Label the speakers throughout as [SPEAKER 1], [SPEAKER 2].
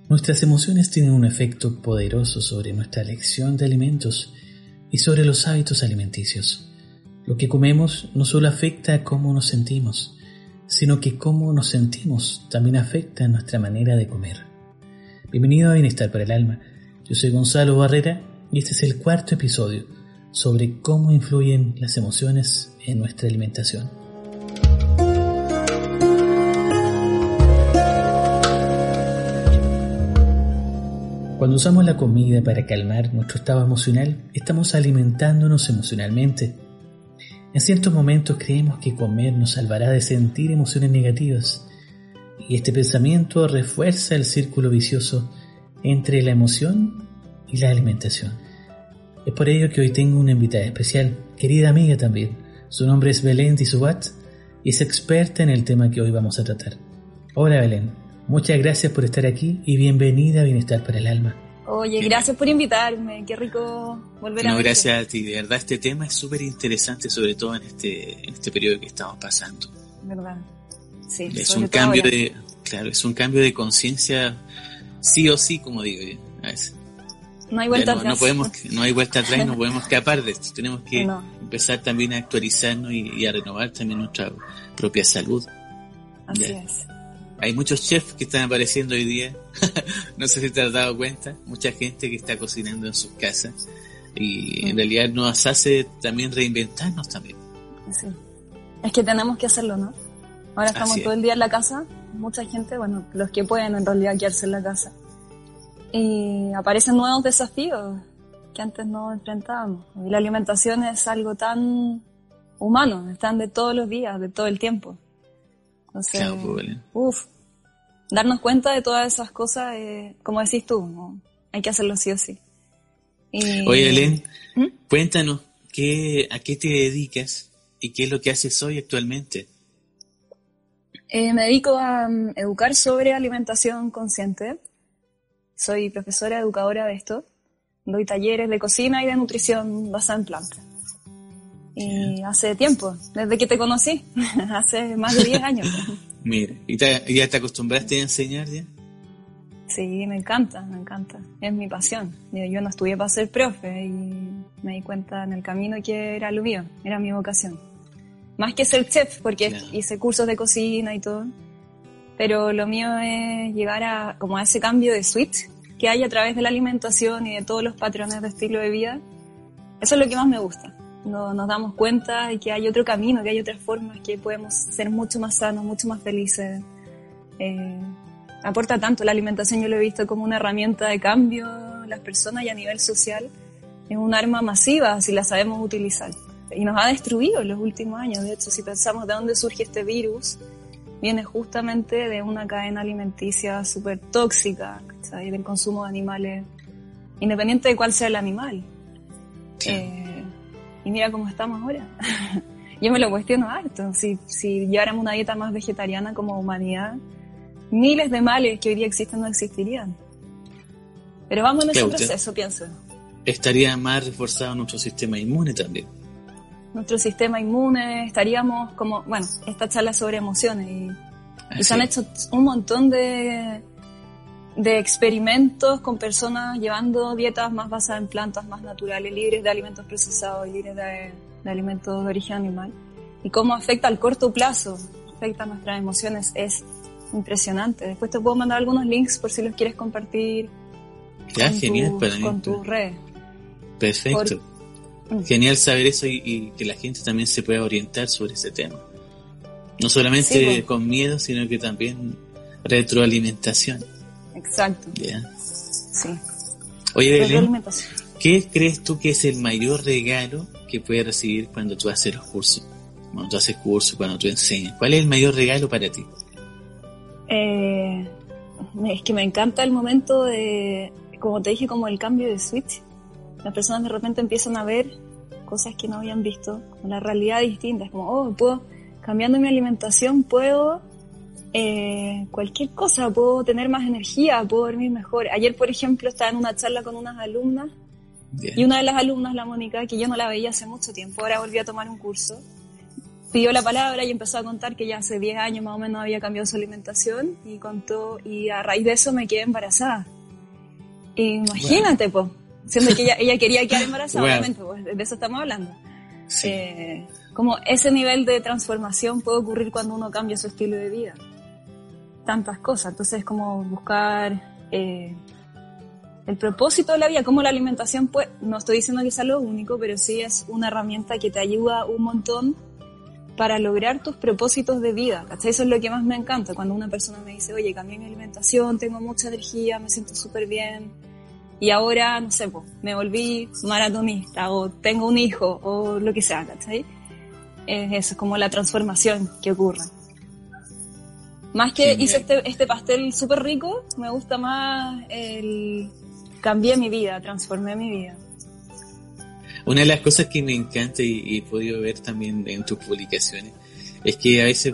[SPEAKER 1] Nuestras emociones tienen un efecto poderoso sobre nuestra elección de alimentos y sobre los hábitos alimenticios. Lo que comemos no solo afecta a cómo nos sentimos, sino que cómo nos sentimos también afecta a nuestra manera de comer. Bienvenido a Bienestar para el Alma. Yo soy Gonzalo Barrera y este es el 4º episodio sobre cómo influyen las emociones en nuestra alimentación. Cuando usamos la comida para calmar nuestro estado emocional, estamos alimentándonos emocionalmente. En ciertos momentos creemos que comer nos salvará de sentir emociones negativas, y este pensamiento refuerza el círculo vicioso entre la emoción y la alimentación. Es por ello que hoy tengo una invitada especial, querida amiga también. Su nombre es Belén Tisubat y es experta en el tema que hoy vamos a tratar. Hola Belén. Muchas gracias por estar aquí y bienvenida a Bienestar para el Alma.
[SPEAKER 2] Oye, gracias por invitarme, qué rico volver a verte.
[SPEAKER 3] No, gracias a ti, de verdad este tema es súper interesante, sobre todo en este periodo que estamos pasando.
[SPEAKER 2] ¿Verdad? Sí.
[SPEAKER 3] Es un cambio es un cambio de conciencia, sí o sí, como digo yo, a veces.
[SPEAKER 2] No hay vuelta atrás.
[SPEAKER 3] No hay vuelta atrás y no podemos escapar de esto. Tenemos que empezar también a actualizarnos y a renovar también nuestra propia salud.
[SPEAKER 2] Así es.
[SPEAKER 3] Hay muchos chefs que están apareciendo hoy día, no sé si te has dado cuenta, mucha gente que está cocinando en sus casas y en realidad nos hace también reinventarnos también.
[SPEAKER 2] Sí. Es que tenemos que hacerlo, ¿no? Ahora estamos todo el día en la casa, mucha gente, bueno, los que pueden en realidad quedarse en la casa. Y aparecen nuevos desafíos que antes no enfrentábamos. Y la alimentación es algo tan humano, están de todos los días, de todo el tiempo. Entonces, darnos cuenta de todas esas cosas, como decís tú, ¿no? Hay que hacerlo sí o sí.
[SPEAKER 3] Oye, Belén, cuéntanos, ¿a qué te dedicas y qué es lo que haces hoy actualmente?
[SPEAKER 2] Me dedico a educar sobre alimentación consciente. Soy profesora educadora de esto. Doy talleres de cocina y de nutrición basada en plantas. Y hace tiempo, desde que te conocí, hace más de 10 años.
[SPEAKER 3] Mira, ¿y ya te acostumbraste a enseñar ya?
[SPEAKER 2] Sí, me encanta, es mi pasión. Yo no estudié para ser profe y me di cuenta en el camino que era lo mío, era mi vocación. Más que ser chef, porque hice cursos de cocina y todo, pero lo mío es llegar a ese cambio de switch que hay a través de la alimentación y de todos los patrones de estilo de vida. Eso es lo que más me gusta. Nos damos cuenta de que hay otro camino, que hay otras formas, que podemos ser mucho más sanos, mucho más felices. Aporta tanto la alimentación, yo lo he visto como una herramienta de cambio en las personas y a nivel social. Es un arma masiva si la sabemos utilizar. Y nos ha destruido en los últimos años. De hecho, si pensamos de dónde surge este virus, viene justamente de una cadena alimenticia súper tóxica, ¿sabes? Del consumo de animales, independiente de cuál sea el animal. Y mira cómo estamos ahora. Yo me lo cuestiono harto. Si lleváramos una dieta más vegetariana como humanidad, miles de males que hoy día existen no existirían. Pero vamos en ese proceso, pienso.
[SPEAKER 3] Estaría más reforzado nuestro sistema inmune también.
[SPEAKER 2] Nuestro sistema inmune, estaríamos esta charla sobre emociones y se han hecho un montón de experimentos con personas llevando dietas más basadas en plantas, más naturales, libres de alimentos procesados y libres de alimentos de origen animal. Y cómo afecta al corto plazo, afecta a nuestras emociones, es impresionante. Después te puedo mandar algunos links por si los quieres compartir con tus redes.
[SPEAKER 3] Perfecto. Genial saber eso y que la gente también se pueda orientar sobre ese tema. No solamente con miedo, sino que también retroalimentación.
[SPEAKER 2] Exacto.
[SPEAKER 3] Yeah.
[SPEAKER 2] Sí.
[SPEAKER 3] Oye, Belén, ¿qué crees tú que es el mayor regalo que puedes recibir cuando tú haces los cursos? Cuando tú haces cursos, cuando tú enseñas. ¿Cuál es el mayor regalo para ti?
[SPEAKER 2] Es que me encanta el momento de, como te dije, como el cambio de switch. Las personas de repente empiezan a ver cosas que no habían visto, con la realidad distinta. Es como, cambiando mi alimentación puedo cualquier cosa, puedo tener más energía, puedo dormir mejor. Ayer, por ejemplo, estaba en una charla con unas alumnas. Bien. Y una de las alumnas, la Mónica, que yo no la veía hace mucho tiempo, ahora volví a tomar un curso, pidió la palabra y empezó a contar que ya hace 10 años más o menos había cambiado su alimentación y contó, y a raíz de eso me quedé embarazada. Imagínate, pues, siendo que ella quería quedar embarazada, obviamente, pues, de eso estamos hablando. Sí. Como ese nivel de transformación puede ocurrir cuando uno cambia su estilo de vida. Tantas cosas, entonces como buscar el propósito de la vida, como la alimentación, pues, no estoy diciendo que sea lo único, pero sí es una herramienta que te ayuda un montón para lograr tus propósitos de vida, ¿cachai? Eso es lo que más me encanta, cuando una persona me dice, oye, cambié mi alimentación, tengo mucha energía, me siento súper bien, y ahora, no sé, pues, me volví maratonista, o tengo un hijo, o lo que sea, ¿cachai? Eso es como la transformación que ocurre. Más que hice este pastel súper rico, me gusta más cambié mi vida, transformé mi vida.
[SPEAKER 3] Una de las cosas que me encanta y he podido ver también en tus publicaciones es que a veces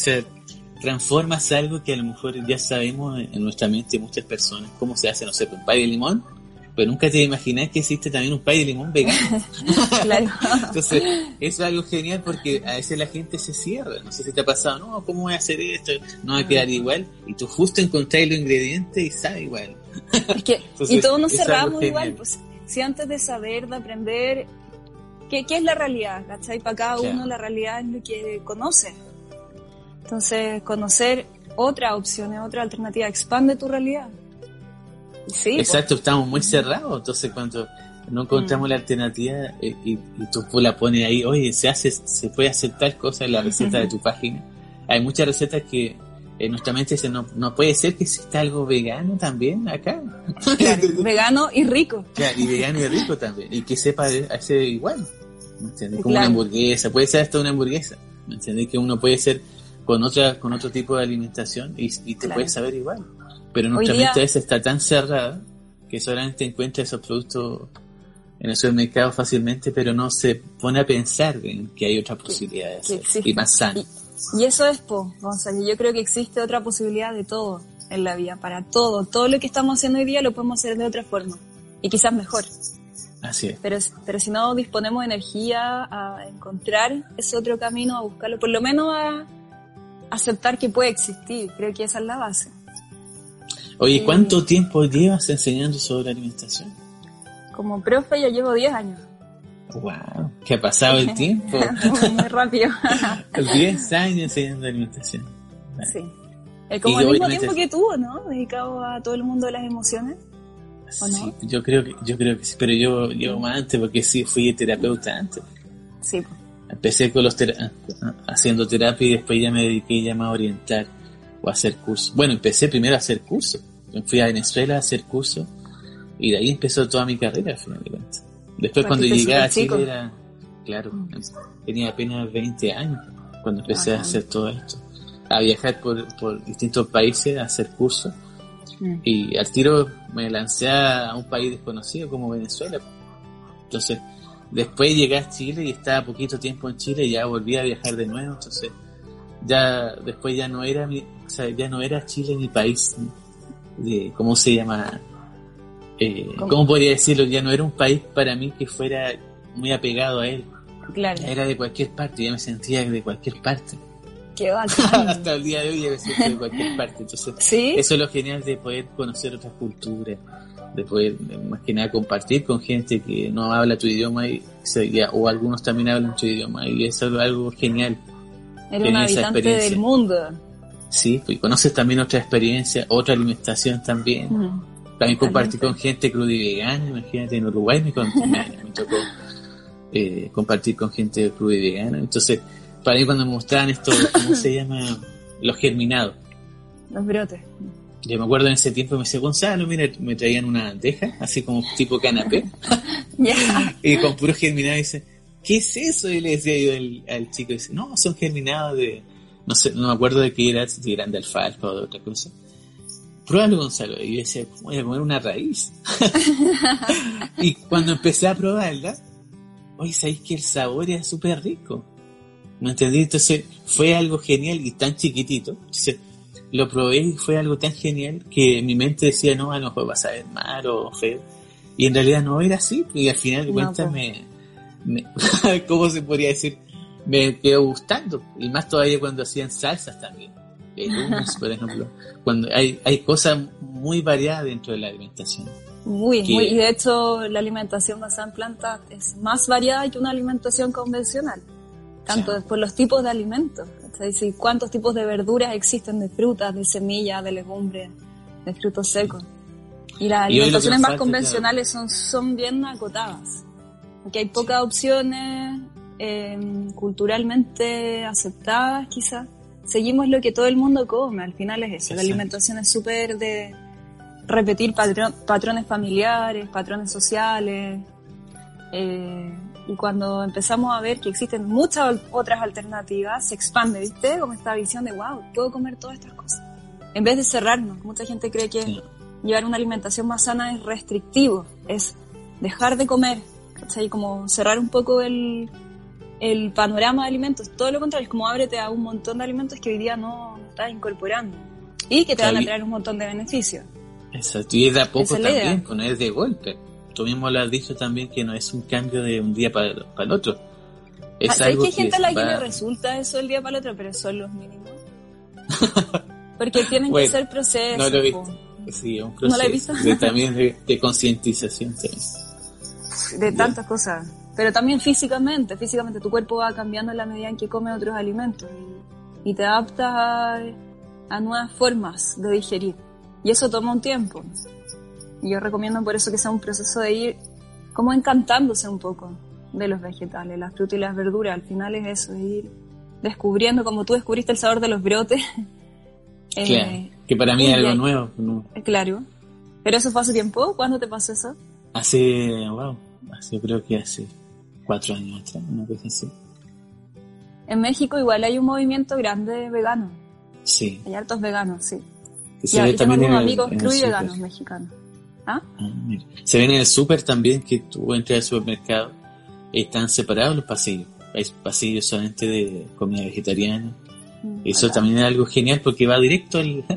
[SPEAKER 3] transformas algo que a lo mejor ya sabemos en nuestra mente muchas personas cómo se hace, no sé, un pay de limón, pero nunca te imaginas que existe también un pay de limón vegano.
[SPEAKER 2] Claro.
[SPEAKER 3] Entonces, eso es algo genial porque a veces la gente se cierra. No sé si te ha pasado, no, ¿cómo voy a hacer esto? No va a quedar igual. Y tú justo encontrás los ingredientes y sabe igual.
[SPEAKER 2] Es que, entonces, y todos nos cerramos igual, pues. Si antes de saber, de aprender, ¿qué es la realidad? ¿Cachai? Para cada uno la realidad es lo que conoce. Entonces, conocer otras opciones, otra alternativa, expande tu realidad. Sí,
[SPEAKER 3] exacto, estamos muy cerrados, entonces cuando no encontramos la alternativa y tú la pones ahí, oye, se puede hacer tal cosa en la receta de tu página. Hay muchas recetas que en nuestra mente dicen, no puede ser que exista algo vegano también acá.
[SPEAKER 2] Claro, vegano y rico.
[SPEAKER 3] Claro, y vegano y rico también, y que sepa hacer igual, ¿me entiendes? Como una hamburguesa, puede ser hasta una hamburguesa, ¿me entiendes? Que uno puede ser con otro tipo de alimentación y te puede saber igual. Pero nuestra mente a veces está tan cerrada que solamente encuentra esos productos en el supermercado fácilmente, pero no se pone a pensar en que hay otra posibilidad de hacer, y más sano.
[SPEAKER 2] Y eso es, Gonzalo, yo creo que existe otra posibilidad de todo en la vida, para todo. Todo lo que estamos haciendo hoy día lo podemos hacer de otra forma, y quizás mejor.
[SPEAKER 3] Así es.
[SPEAKER 2] Pero si no disponemos de energía a encontrar ese otro camino, a buscarlo, por lo menos a aceptar que puede existir, creo que esa es la base.
[SPEAKER 3] Oye, ¿cuánto tiempo llevas enseñando sobre alimentación?
[SPEAKER 2] Como profe ya llevo 10 años.
[SPEAKER 3] ¡Wow! ¿Qué ha pasado el tiempo?
[SPEAKER 2] Muy rápido.
[SPEAKER 3] 10 años enseñando alimentación.
[SPEAKER 2] Sí. Como el mismo tiempo que tú, ¿no? Dedicado a todo el mundo de las emociones. ¿O no?
[SPEAKER 3] Sí, yo creo que sí, pero yo llevo más antes porque sí, fui terapeuta antes.
[SPEAKER 2] Sí.
[SPEAKER 3] Empecé con haciendo terapia y después ya me dediqué ya más a orientar o a hacer cursos. Bueno, empecé primero a hacer cursos. Fui a Venezuela a hacer cursos y de ahí empezó toda mi carrera, al final de cuentas. Después cuando llegué a Chile era, claro, tenía apenas 20 años cuando empecé a hacer todo esto. A viajar por distintos países a hacer cursos. Y al tiro me lancé a un país desconocido como Venezuela. Entonces, después llegué a Chile y estaba poquito tiempo en Chile y ya volví a viajar de nuevo. Entonces, ya después ya no era Chile mi país, ¿cómo se llama? ¿Cómo podría decirlo? Ya no era un país para mí que fuera muy apegado a él.
[SPEAKER 2] Claro.
[SPEAKER 3] Era de cualquier parte, ya me sentía de cualquier parte.
[SPEAKER 2] Qué bacán.
[SPEAKER 3] Hasta el día de hoy ya me siento de cualquier parte. Entonces,
[SPEAKER 2] ¿sí?
[SPEAKER 3] Eso es lo genial de poder conocer otras culturas, de poder más que nada compartir con gente que no habla tu idioma o algunos también hablan tu idioma, y eso es algo genial.
[SPEAKER 2] Era un habitante del mundo.
[SPEAKER 3] Sí, pues conoces también otra experiencia, otra alimentación también. También compartir con gente cruda y vegana. Imagínate, en Uruguay me tocó compartir con gente cruda y vegana. Entonces, para mí cuando me mostraban esto, ¿cómo se llama? Los germinados.
[SPEAKER 2] Los brotes.
[SPEAKER 3] Yo me acuerdo en ese tiempo me decía, Gonzalo, mira, me traían una bandeja, así como tipo canapé. Y con puro germinado dice, ¿qué es eso? Y le decía yo al chico, dice, no, son germinados de, no sé, no me acuerdo de qué era, si eran de alfalfa o de otra cosa. Pruébalo, Gonzalo. Y yo decía, voy a comer una raíz. Y cuando empecé a probarla, oye, ¿sabéis que el sabor era súper rico? ¿Me entendí? Entonces fue algo genial y tan chiquitito. Entonces lo probé y fue algo tan genial que mi mente decía, no, a lo mejor va a saber mal o feo. Y en realidad no era así. Y al final de cuentas ¿cómo se podría decir? me quedó gustando, y más todavía cuando hacían salsas también, el hummus, por ejemplo, cuando hay cosas muy variadas dentro de la alimentación.
[SPEAKER 2] Muy, y de hecho la alimentación basada en plantas es más variada que una alimentación convencional, tanto por los tipos de alimentos, es decir, cuántos tipos de verduras existen, de frutas, de semillas, de legumbres, de frutos secos. Y las alimentaciones más convencionales son bien acotadas, porque hay pocas opciones culturalmente aceptadas, quizás. Seguimos lo que todo el mundo come, al final es eso. Exacto. La alimentación es súper de repetir patrones familiares, patrones sociales, y cuando empezamos a ver que existen muchas otras alternativas, se expande, ¿viste? Como esta visión de, wow, puedo comer todas estas cosas. En vez de cerrarnos, mucha gente cree que llevar una alimentación más sana es restrictivo, es dejar de comer, ¿cachai? Como cerrar un poco el panorama de alimentos. Todo lo contrario, es como ábrete a un montón de alimentos que hoy día no estás incorporando y que te van a traer un montón de beneficios.
[SPEAKER 3] Exacto, y es de a poco también, no es de golpe. Tú mismo lo has dicho también, que no es un cambio de un día para el otro.
[SPEAKER 2] ¿Sabes que hay gente a la que le resulta eso el día para el otro, pero son los mínimos? Porque tienen que ser procesos.
[SPEAKER 3] No lo he visto. Sí, un proceso. ¿No lo he visto? También de concientización.
[SPEAKER 2] De tantas cosas. Pero también físicamente tu cuerpo va cambiando en la medida en que come otros alimentos y te adaptas a nuevas formas de digerir. Y eso toma un tiempo. Y yo recomiendo por eso que sea un proceso de ir como encantándose un poco de los vegetales, las frutas y las verduras. Al final es eso, de ir descubriendo, como tú descubriste el sabor de los brotes.
[SPEAKER 3] Claro, que para mí es algo nuevo. ¿No?
[SPEAKER 2] Claro. ¿Pero eso fue hace tiempo? ¿Cuándo te pasó eso?
[SPEAKER 3] Creo que hace 4 años atrás, una cosa así.
[SPEAKER 2] En México igual hay un movimiento grande vegano.
[SPEAKER 3] Sí.
[SPEAKER 2] Hay hartos veganos, sí.
[SPEAKER 3] Y tengo
[SPEAKER 2] algunos amigos cruy veganos mexicanos.
[SPEAKER 3] Mira. Se ven en el súper también, que tú entras al supermercado, están separados los pasillos. Hay pasillos solamente de comida vegetariana. Eso también es algo genial porque va directo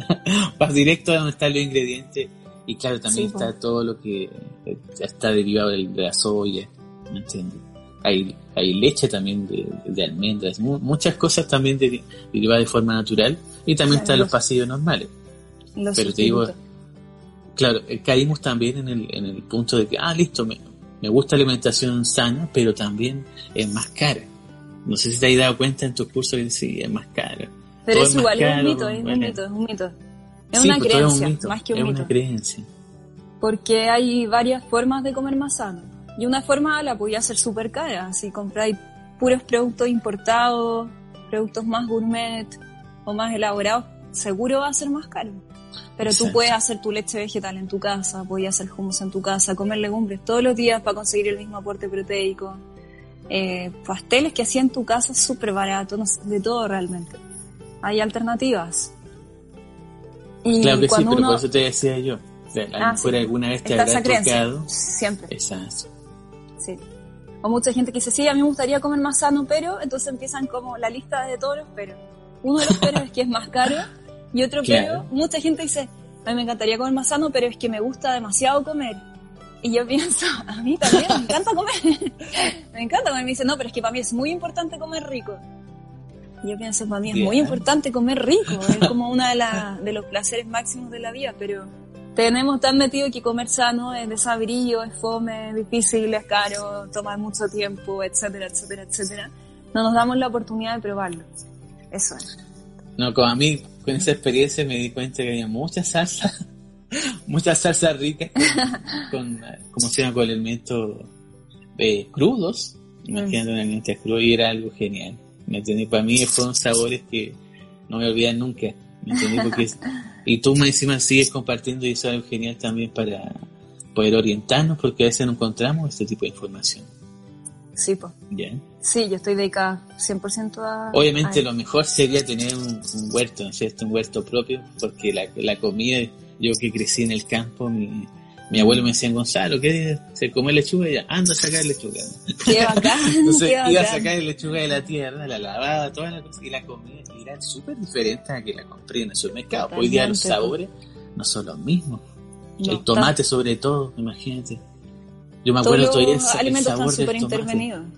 [SPEAKER 3] a donde están los ingredientes. Y claro, también está todo lo que está derivado de la soya, ¿me entiendes? Hay leche también de almendras, muchas cosas también derivadas de forma natural, y también están los pasillos normales. Pero te digo, claro, caímos también en el punto de que, listo, me gusta la alimentación sana, pero también es más cara. No sé si te has dado cuenta en tus cursos que sí, es más cara.
[SPEAKER 2] Pero es igual, es un mito. Es una creencia, más que un mito. Es una
[SPEAKER 3] creencia.
[SPEAKER 2] Porque hay varias formas de comer más sano. Y una forma la podía hacer súper cara. Si compráis puros productos importados, productos más gourmet o más elaborados, seguro va a ser más caro. Pero Exacto. Tú puedes hacer tu leche vegetal en tu casa, puedes hacer hummus en tu casa, comer legumbres todos los días para conseguir el mismo aporte proteico. Pasteles que hacía en tu casa súper barato, no sé, de todo realmente. Hay alternativas. Y
[SPEAKER 3] claro que sí, pero por eso te decía yo. Fuera alguna vez te habrá tocado.
[SPEAKER 2] Siempre.
[SPEAKER 3] Exacto.
[SPEAKER 2] Sí. O mucha gente que dice, sí, a mí me gustaría comer más sano, pero entonces empiezan como la lista de todos los peros. Uno de los peros es que es más caro, y otro pero, mucha gente dice, a mí me encantaría comer más sano, pero es que me gusta demasiado comer. Y yo pienso, a mí también me encanta comer. Me encanta comer. Me dice, no, pero es que para mí es muy importante comer rico. Y yo pienso, para mí es muy importante comer rico. Es como uno de los placeres máximos de la vida, pero tenemos tan metido que comer sano es desabrillo, es fome, es difícil, es caro, toma mucho tiempo, etcétera, etcétera, etcétera. No nos damos la oportunidad de probarlo. Eso es.
[SPEAKER 3] No, como a mí, con esa experiencia me di cuenta que había muchas salsas ricas con ¿cómo se llama? Con elementos crudos. Imagínate un alimento crudo, y era algo genial. ¿Me entendí? Para mí fueron sabores que no me olvidan nunca. ¿Me entendí? Porque y tú encima sigues compartiendo, y eso es algo genial también para poder orientarnos, porque a veces no encontramos este tipo de información.
[SPEAKER 2] Sí, pues.
[SPEAKER 3] ¿Ya?
[SPEAKER 2] Sí, yo estoy dedicada 100% a...
[SPEAKER 3] Obviamente lo mejor sería tener un huerto, ¿no es cierto? Un huerto propio, porque la comida, yo que crecí en el campo, mi abuelo me decía, Gonzalo, ¿qué se come lechuga? Y ya, anda a sacar lechuga.
[SPEAKER 2] Qué bacán.
[SPEAKER 3] Entonces iba a sacar lechuga de la tierra, la lavaba, toda la cosa, y la comía, y era súper diferente a que la compré en el supermercado. Hoy día los sabores no son los mismos. No, el tomate sobre todo, imagínate. Yo me acuerdo todavía el
[SPEAKER 2] alimentos
[SPEAKER 3] sabor
[SPEAKER 2] están súper
[SPEAKER 3] del tomate.
[SPEAKER 2] intervenidos.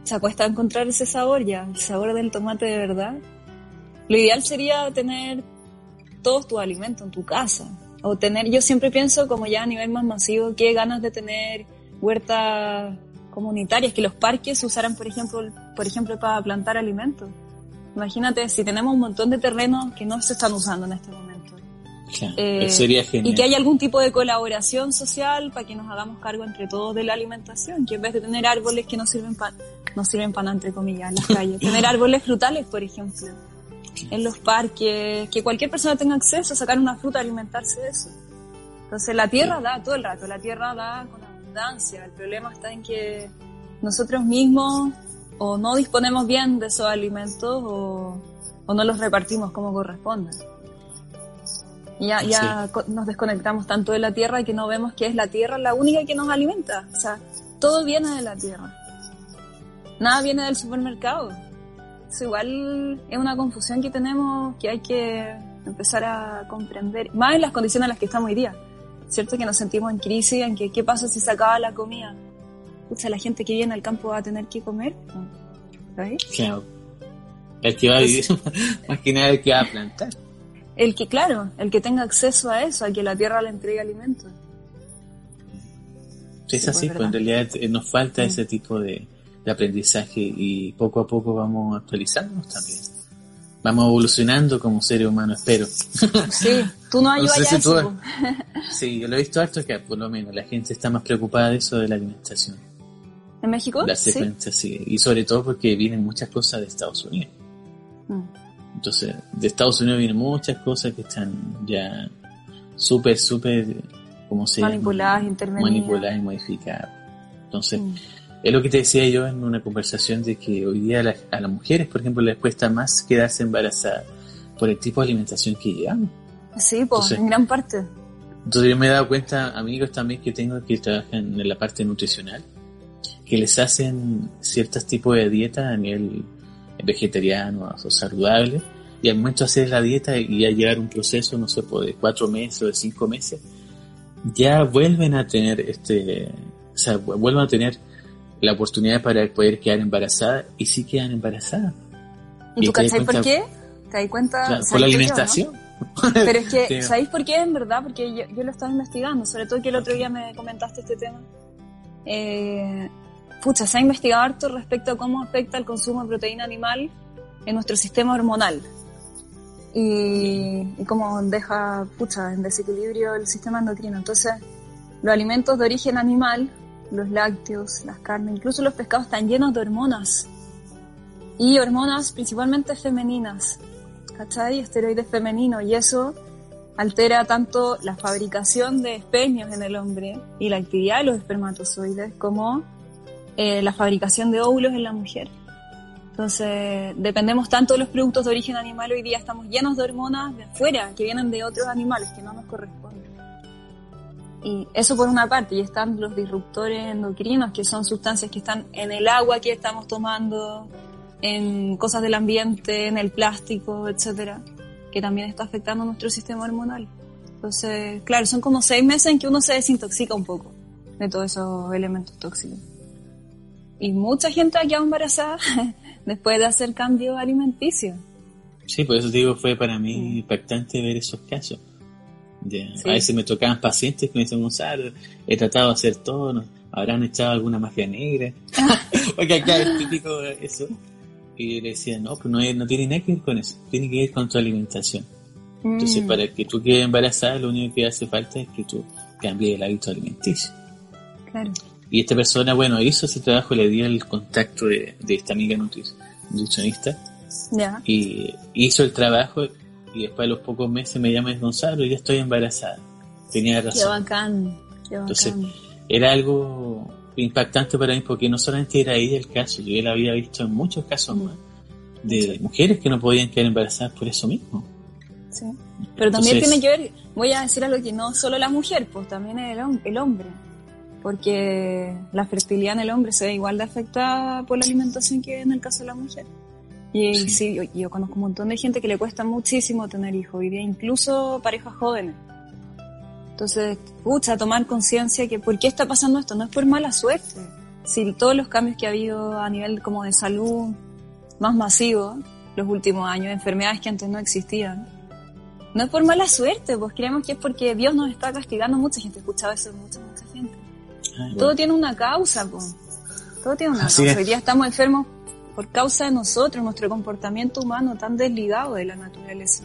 [SPEAKER 2] se cuesta encontrar ese sabor ya, el sabor del tomate de verdad. Lo ideal sería tener todos tus alimentos en tu casa. O tener, yo siempre pienso como ya a nivel más masivo, qué ganas de tener huertas comunitarias, que los parques se usaran, por ejemplo, para plantar alimentos. Imagínate, si tenemos un montón de terrenos que no se están usando en este momento.
[SPEAKER 3] Claro, sería genial.
[SPEAKER 2] Y que haya algún tipo de colaboración social para que nos hagamos cargo entre todos de la alimentación, que en vez de tener árboles que no sirven para nada, entre comillas, en las calles, tener árboles frutales, por ejemplo, en los parques, que cualquier persona tenga acceso a sacar una fruta, alimentarse de eso. Entonces la tierra da todo el rato, la tierra da con abundancia. El problema está en que nosotros mismos o no disponemos bien de esos alimentos o no los repartimos como corresponde. Y ya nos desconectamos tanto de la tierra que no vemos que es la tierra la única que nos alimenta. O sea, todo viene de la tierra. Nada viene del supermercado. Eso igual es una confusión que tenemos que hay que empezar a comprender. Más en las condiciones en las que estamos hoy día. ¿Cierto? Que nos sentimos en crisis, en que qué pasa si se acaba la comida. Pucha, la gente que viene al campo va a tener que comer. ¿Sabes?
[SPEAKER 3] Claro. El que va a vivir, más que nada el que va a plantar.
[SPEAKER 2] El que tenga acceso a eso, a que la tierra le entregue alimentos.
[SPEAKER 3] Sí, es así, pues en realidad nos falta ese tipo de aprendizaje y poco a poco vamos actualizándonos también. Vamos evolucionando como seres humanos, espero.
[SPEAKER 2] Sí, tú no ayudas a eso.
[SPEAKER 3] Sí, yo lo he visto harto acá, por lo menos. La gente está más preocupada de eso de la alimentación.
[SPEAKER 2] ¿En México?
[SPEAKER 3] Darse cuenta, sí. Y sobre todo porque vienen muchas cosas de Estados Unidos. Entonces, de Estados Unidos vienen muchas cosas que están ya súper, como se
[SPEAKER 2] manipuladas,
[SPEAKER 3] manipuladas y modificadas. Entonces, es lo que te decía yo en una conversación de que hoy día a las mujeres, por ejemplo, les cuesta más quedarse embarazadas por el tipo de alimentación que llevamos.
[SPEAKER 2] Sí, pues, en gran parte.
[SPEAKER 3] Entonces yo me he dado cuenta, amigos también que tengo que trabajan en la parte nutricional, que les hacen ciertos tipos de dieta a nivel vegetariano o saludable, y al momento de hacer la dieta y a llevar un proceso, no sé, de 4 meses o de 5 meses, ya vuelven a tener vuelven a tener la oportunidad para poder quedar embarazada, y sí quedan embarazadas.
[SPEAKER 2] ¿Y tú cachai por qué? ¿Te das cuenta?
[SPEAKER 3] Claro, por la alimentación.
[SPEAKER 2] ¿No? Pero es que, ¿sabéis por qué? En verdad, porque yo lo estaba investigando, sobre todo que el otro día me comentaste este tema. Se ha investigado harto respecto a cómo afecta el consumo de proteína animal en nuestro sistema hormonal. Y cómo deja, en desequilibrio el sistema endocrino. Entonces, los alimentos de origen animal, los lácteos, las carnes, incluso los pescados están llenos de hormonas. Y hormonas principalmente femeninas, ¿cachai? Esteroides femeninos, y eso altera tanto la fabricación de espermios en el hombre y la actividad de los espermatozoides como la fabricación de óvulos en la mujer. Entonces, dependemos tanto de los productos de origen animal, hoy día estamos llenos de hormonas de afuera, que vienen de otros animales que no nos corresponden. Y eso por una parte, y están los disruptores endocrinos, que son sustancias que están en el agua que estamos tomando, en cosas del ambiente, en el plástico, etcétera, que también está afectando nuestro sistema hormonal. Entonces, claro, son como 6 meses en que uno se desintoxica un poco de todos esos elementos tóxicos. Y mucha gente ha quedado embarazada después de hacer cambios alimenticios.
[SPEAKER 3] Sí, por eso te digo, fue para mí impactante ver esos casos. Sí. A veces me tocaban pacientes que me decían, Gonzalo, he tratado de hacer todo, ¿no? ¿Habrán echado alguna magia negra? Porque acá es típico eso. Y le decía, no, pues no tiene nada que ver con eso, tiene que ver con tu alimentación. Entonces, para que tú quedes embarazada, lo único que hace falta es que tú cambies el hábito alimenticio.
[SPEAKER 2] Claro.
[SPEAKER 3] Y esta persona, hizo ese trabajo, le dio el contacto de esta amiga nutricionista.
[SPEAKER 2] Ya.
[SPEAKER 3] Y hizo el trabajo, y después de los pocos meses me llama Gonzalo, ya estoy embarazada. Tenía razón.
[SPEAKER 2] Qué bacán.
[SPEAKER 3] Entonces, era algo impactante para mí, porque no solamente era ella el caso, yo ya la había visto en muchos casos más, de mujeres que no podían quedar embarazadas por eso mismo.
[SPEAKER 2] Sí. Pero también tiene que ver, voy a decir algo que no solo la mujer, pues también el hombre. Porque la fertilidad en el hombre se ve igual de afectada por la alimentación que en el caso de la mujer. Y sí, yo conozco un montón de gente que le cuesta muchísimo tener hijos, hoy día incluso parejas jóvenes. Entonces, tomar conciencia que ¿por qué está pasando esto? No es por mala suerte, si todos los cambios que ha habido a nivel como de salud más masivo los últimos años, enfermedades que antes no existían, no es por mala suerte, pues creemos que es porque Dios nos está castigando. Mucha gente ha escuchado eso, mucha gente. Todo tiene una causa, pues. Todo tiene una causa. Hoy día estamos enfermos por causa de nosotros, nuestro comportamiento humano tan desligado de la naturaleza.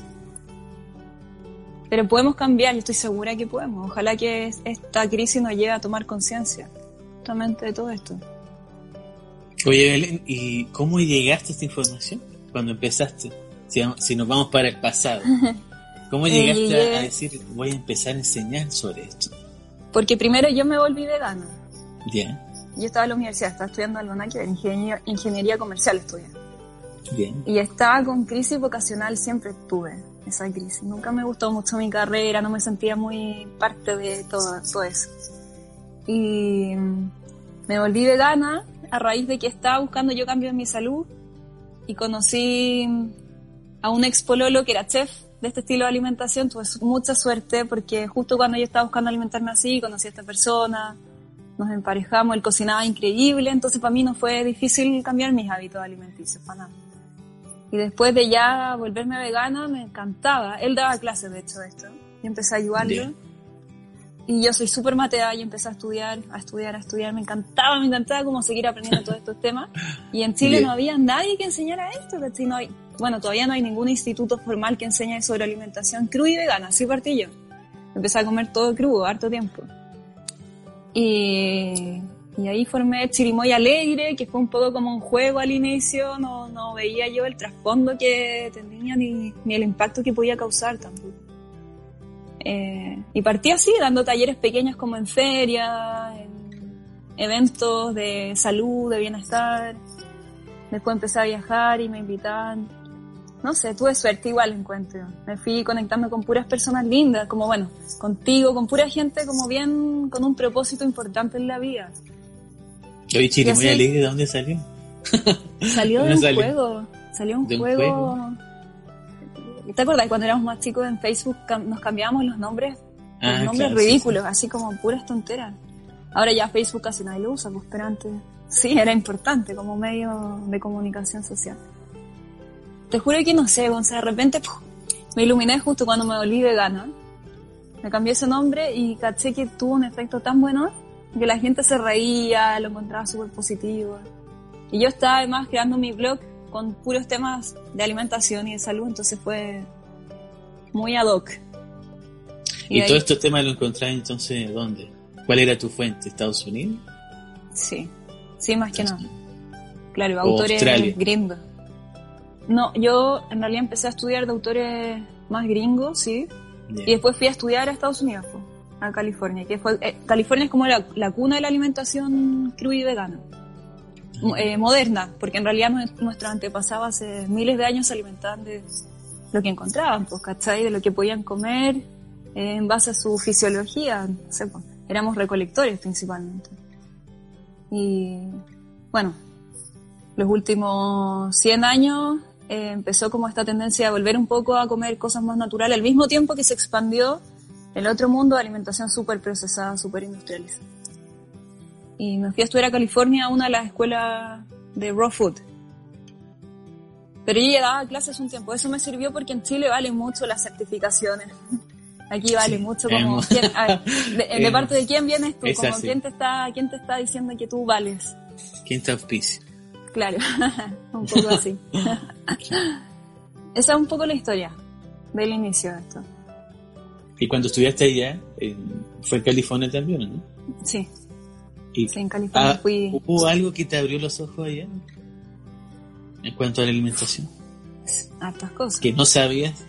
[SPEAKER 2] Pero podemos cambiar, y estoy segura que podemos. Ojalá que esta crisis nos lleve a tomar conciencia justamente de todo esto.
[SPEAKER 3] Oye, Belén, ¿y cómo llegaste a esta información cuando empezaste? Si nos vamos para el pasado, ¿cómo llegaste a decir, voy a empezar a enseñar sobre esto?
[SPEAKER 2] Porque primero yo me volví vegana.
[SPEAKER 3] Bien.
[SPEAKER 2] Yo estaba en la universidad, estaba estudiando algo nada que ver, ingeniería comercial estudié.
[SPEAKER 3] Bien.
[SPEAKER 2] Y estaba con crisis vocacional, siempre tuve esa crisis. Nunca me gustó mucho mi carrera, no me sentía muy parte de todo eso. Y me volví vegana a raíz de que estaba buscando yo cambios en mi salud y conocí a un ex pololo que era chef de este estilo de alimentación. Tuve mucha suerte porque justo cuando yo estaba buscando alimentarme así, conocí a esta persona, nos emparejamos, él cocinaba increíble, entonces para mí no fue difícil cambiar mis hábitos alimenticios, para nada. Y después de ya volverme vegana, me encantaba. Él daba clases, de hecho, de esto. Yo empecé a ayudarlo. Bien. Y yo soy súper matea y empecé a estudiar. Me encantaba como seguir aprendiendo todos estos temas. Y en Chile no había nadie que enseñara esto. Todavía no hay ningún instituto formal que enseñe sobre alimentación cruda y vegana. Así partí yo. Empecé a comer todo crudo, harto tiempo. Y ahí formé Chirimoya Alegre, que fue un poco como un juego al inicio. No veía yo el trasfondo que tenía ni el impacto que podía causar tampoco. Y partí así, dando talleres pequeños como en ferias, en eventos de salud, de bienestar. Después empecé a viajar y me invitaban. No sé, tuve suerte igual, encuentro. Me fui conectando con puras personas lindas, como bueno, contigo, con pura gente como bien, con un propósito importante en la vida.
[SPEAKER 3] Oye, Chirimoya Alegre, ¿de dónde salió?
[SPEAKER 2] Salió de un juego. Salió un juego. ¿Te acuerdas cuando éramos más chicos en Facebook nos cambiábamos los nombres? Los nombres ridículos, sí. Así como puras tonteras. Ahora ya Facebook casi nadie lo usa, pues, pero antes sí, era importante como medio de comunicación social. Te juro que no sé, Gonzalo, de repente me iluminé justo cuando me volví vegana. Me cambié ese nombre y caché que tuvo un efecto tan bueno que la gente se reía, lo encontraba súper positivo. Y yo estaba además creando mi blog con puros temas de alimentación y de salud, entonces fue muy ad hoc.
[SPEAKER 3] ¿Y todos estos temas lo encontrás entonces dónde? ¿Cuál era tu fuente? ¿Estados Unidos?
[SPEAKER 2] Sí, más que nada. Claro, autores gringos. No, yo en realidad empecé a estudiar de autores más gringos, sí. Yeah. Y después fui a estudiar a Estados Unidos, a California. California es como la cuna de la alimentación cruda y vegana. Moderna, porque en realidad nuestros antepasados hace miles de años se alimentaban de lo que encontraban, pues, ¿cachai? De lo que podían comer en base a su fisiología, no sé, pues, éramos recolectores principalmente. Y bueno, los últimos 100 años empezó como esta tendencia a volver un poco a comer cosas más naturales, al mismo tiempo que se expandió el otro mundo de alimentación súper procesada, súper industrializada. Y me fui a estudiar a California a una de las escuelas de raw food. Pero yo ya daba clases un tiempo. Eso me sirvió porque en Chile valen mucho las certificaciones. Aquí vale mucho como... de parte de quién vienes tú, como quién te está diciendo que tú vales.
[SPEAKER 3] ¿Quién te auspicia?
[SPEAKER 2] Claro, un poco así. Esa es un poco la historia del inicio de esto.
[SPEAKER 3] ¿Y cuando estudiaste allá, fue en California también, no?
[SPEAKER 2] Sí. Sí, en California fui...
[SPEAKER 3] ¿Hubo algo que te abrió los ojos allá? En cuanto a la alimentación.
[SPEAKER 2] Hartas cosas.
[SPEAKER 3] ¿Que no sabías?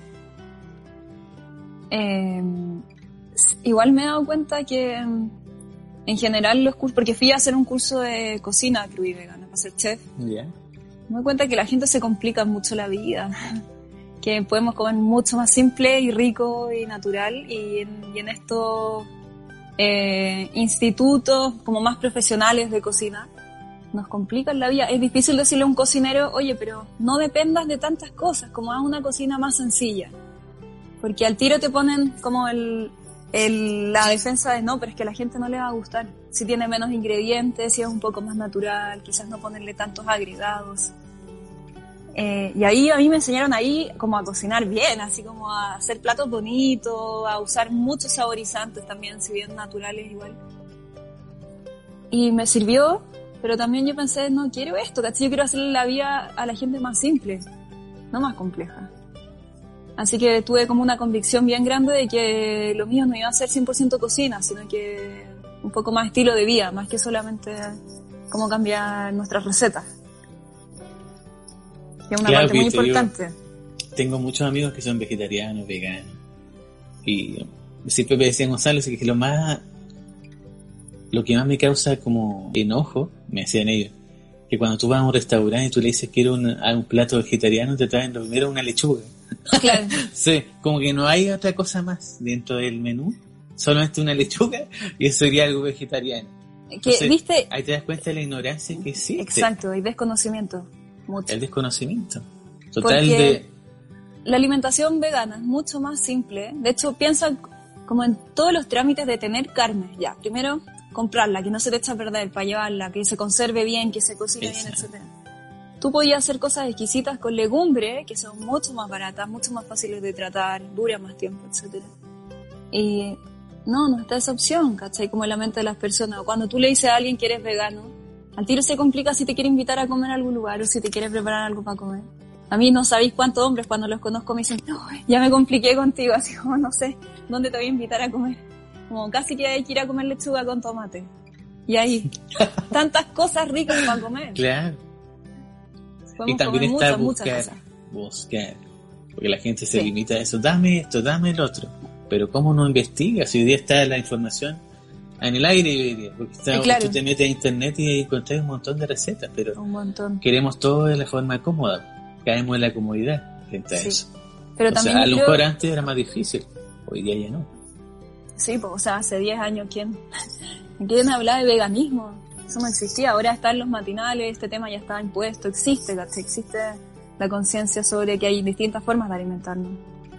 [SPEAKER 2] Igual me he dado cuenta que en general los cursos... Porque fui a hacer un curso de cocina cruda y vegana para ser chef.
[SPEAKER 3] Yeah.
[SPEAKER 2] Me doy cuenta que la gente se complica mucho la vida. Que podemos comer mucho más simple y rico y natural. Y en estos... institutos como más profesionales de cocina nos complican la vida. Es difícil decirle a un cocinero, oye, pero no dependas de tantas cosas, como haz una cocina más sencilla, porque al tiro te ponen como el la defensa de no, pero es que a la gente no le va a gustar. Si tiene menos ingredientes, si es un poco más natural, quizás no ponerle tantos agregados. Y ahí a mí me enseñaron ahí como a cocinar bien, así como a hacer platos bonitos, a usar muchos saborizantes también, si bien naturales igual. Y me sirvió, pero también yo pensé, no quiero esto, ¿cachai? Yo quiero hacerle la vida a la gente más simple, no más compleja. Así que tuve como una convicción bien grande de que lo mío no iba a ser 100% cocina, sino que un poco más estilo de vida, más que solamente cómo cambiar nuestras recetas. Que es una parte muy importante.
[SPEAKER 3] Tengo muchos amigos que son vegetarianos, veganos, y siempre me decían, Gonzalo, que lo que más me causa como enojo, me decían ellos, que cuando tú vas a un restaurante y tú le dices quiero un plato vegetariano, te traen lo primero una lechuga.
[SPEAKER 2] Claro.
[SPEAKER 3] Sí, como que no hay otra cosa más dentro del menú, solamente una lechuga, y eso sería algo vegetariano. Entonces,
[SPEAKER 2] ¿viste?
[SPEAKER 3] Ahí te das cuenta de la ignorancia que existe.
[SPEAKER 2] Exacto, y desconocimiento. Mucho.
[SPEAKER 3] El desconocimiento total.
[SPEAKER 2] Porque la alimentación vegana es mucho más simple. De hecho, piensa como en todos los trámites de tener carne. Ya, primero comprarla, que no se te eche a perder para llevarla, que se conserve bien, que se cocine bien, etcétera. Tú podías hacer cosas exquisitas con legumbres que son mucho más baratas, mucho más fáciles de tratar, duran más tiempo, etcétera. Y no está esa opción, ¿cachai? Como en la mente de las personas. Cuando tú le dices a alguien que eres vegano, al tiro se complica si te quiere invitar a comer a algún lugar o si te quiere preparar algo para comer. A mí no sabéis cuántos hombres cuando los conozco me dicen, no, ya me compliqué contigo, así como no sé dónde te voy a invitar a comer. Como casi que hay que ir a comer lechuga con tomate. Y hay tantas cosas ricas para comer.
[SPEAKER 3] Claro.
[SPEAKER 2] Podemos
[SPEAKER 3] y también
[SPEAKER 2] comer
[SPEAKER 3] está
[SPEAKER 2] muchas
[SPEAKER 3] buscar. Porque la gente se limita a eso, dame esto, dame el otro. Pero ¿cómo no investiga? Si hoy día está la información en el aire, yo diría, porque claro, tú te metes a internet y encontrás un montón de recetas, pero
[SPEAKER 2] un montón.
[SPEAKER 3] Queremos todo de la forma cómoda, caemos en la comodidad frente a eso.
[SPEAKER 2] Pero también
[SPEAKER 3] a lo mejor antes era más difícil, hoy día ya no.
[SPEAKER 2] Sí, pues, o sea, hace 10 años, ¿quién hablaba de veganismo? Eso no existía, ahora están los matinales, este tema ya está impuesto, existe la conciencia sobre que hay distintas formas de alimentarnos.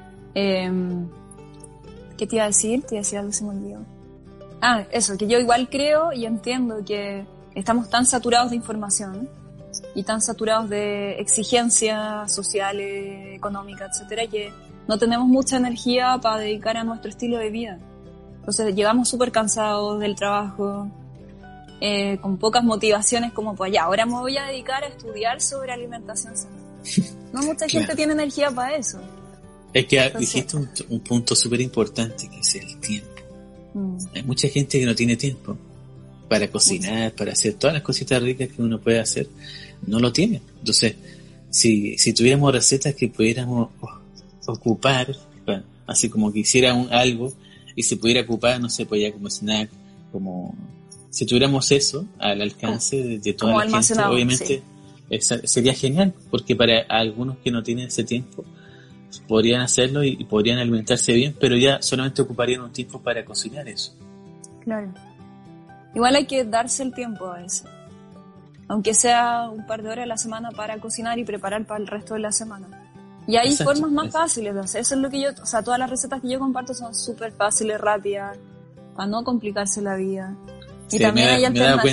[SPEAKER 2] ¿Qué te iba a decir? Te iba a decir algo, se me olvidó. Eso, que yo igual creo y entiendo que estamos tan saturados de información y tan saturados de exigencias sociales, económicas, etcétera, que no tenemos mucha energía para dedicar a nuestro estilo de vida. Entonces llegamos súper cansados del trabajo, con pocas motivaciones como pues ya, ahora me voy a dedicar a estudiar sobre alimentación sana. No mucha gente tiene energía para eso.
[SPEAKER 3] Es que dijiste un punto súper importante, que es el tiempo. Hay mucha gente que no tiene tiempo para cocinar, para hacer todas las cositas ricas que uno puede hacer, no lo tiene. Entonces, si tuviéramos recetas que pudiéramos ocupar, bueno, así como que hiciera algo y se pudiera ocupar, no sé, pues ya como snack, como si tuviéramos eso al alcance de toda la gente, obviamente sería genial, porque para algunos que no tienen ese tiempo podrían hacerlo y podrían alimentarse bien, pero ya solamente ocuparían un tiempo para cocinar eso.
[SPEAKER 2] Claro. Igual hay que darse el tiempo a eso. Aunque sea un par de horas a la semana para cocinar y preparar para el resto de la semana. Y hay formas más fáciles de hacer. Eso es lo que todas las recetas que yo comparto son súper fáciles, rápidas, para no complicarse la vida. Y también hay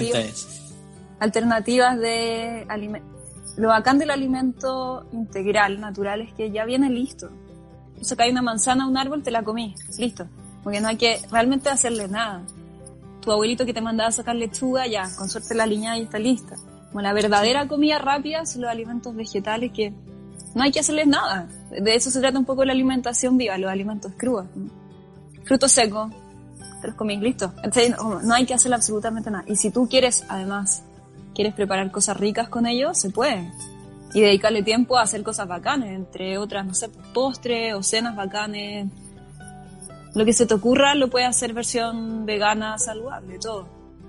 [SPEAKER 2] alternativas de alimentos. Lo bacán del alimento integral, natural, es que ya viene listo. O sea, que hay una manzana, un árbol, te la comí, listo. Porque no hay que realmente hacerle nada. Tu abuelito que te mandaba a sacar lechuga, ya, con suerte la liñada y está lista. Como la verdadera comida rápida son los alimentos vegetales que no hay que hacerles nada. De eso se trata un poco la alimentación viva, los alimentos crudos, ¿no? Frutos secos, te los comís, listo. Entonces, no hay que hacerle absolutamente nada. Y si tú quieres preparar cosas ricas con ellos, se puede. Y dedicarle tiempo a hacer cosas bacanes, entre otras, no sé, postres o cenas bacanes. Lo que se te ocurra lo puedes hacer versión vegana, saludable, todo.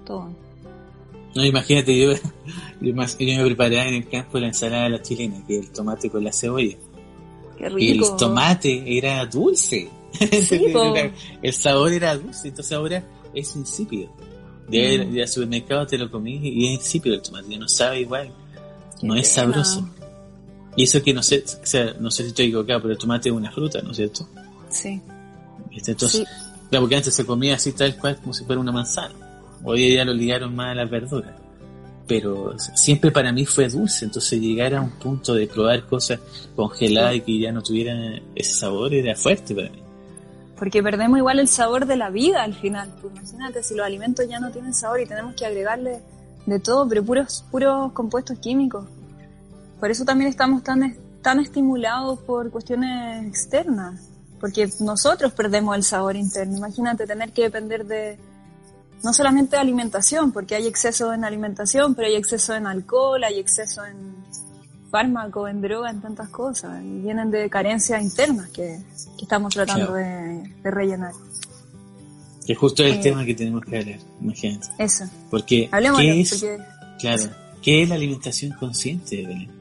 [SPEAKER 3] No, imagínate, yo me preparaba en el campo la ensalada de la chilena, que es el tomate con la cebolla.
[SPEAKER 2] Qué rico.
[SPEAKER 3] Y el tomate era dulce. Sí, el sabor era dulce, entonces ahora es insípido. De al supermercado te lo comí y es insípido el tomate, no sabe igual, no es sabroso. Y eso que no sé si estoy equivocado, pero el tomate es una fruta, ¿no es cierto?
[SPEAKER 2] Sí.
[SPEAKER 3] Entonces, Claro, porque antes se comía así tal cual como si fuera una manzana. Hoy ya lo ligaron más a las verduras. Pero siempre para mí fue dulce, entonces llegar a un punto de probar cosas congeladas y que ya no tuvieran ese sabor era fuerte para mí.
[SPEAKER 2] Porque perdemos igual el sabor de la vida al final. Pues imagínate si los alimentos ya no tienen sabor y tenemos que agregarle de todo, pero puros compuestos químicos. Por eso también estamos tan estimulados por cuestiones externas, porque nosotros perdemos el sabor interno. Imagínate tener que depender de no solamente de alimentación, porque hay exceso en alimentación, pero hay exceso en alcohol, hay exceso en fármaco, en droga, en tantas cosas, y vienen de carencias internas que estamos tratando de rellenar.
[SPEAKER 3] Que justo es el tema que tenemos que hablar, imagínate.
[SPEAKER 2] Eso.
[SPEAKER 3] Porque,
[SPEAKER 2] ¿qué
[SPEAKER 3] es la alimentación consciente, Belén?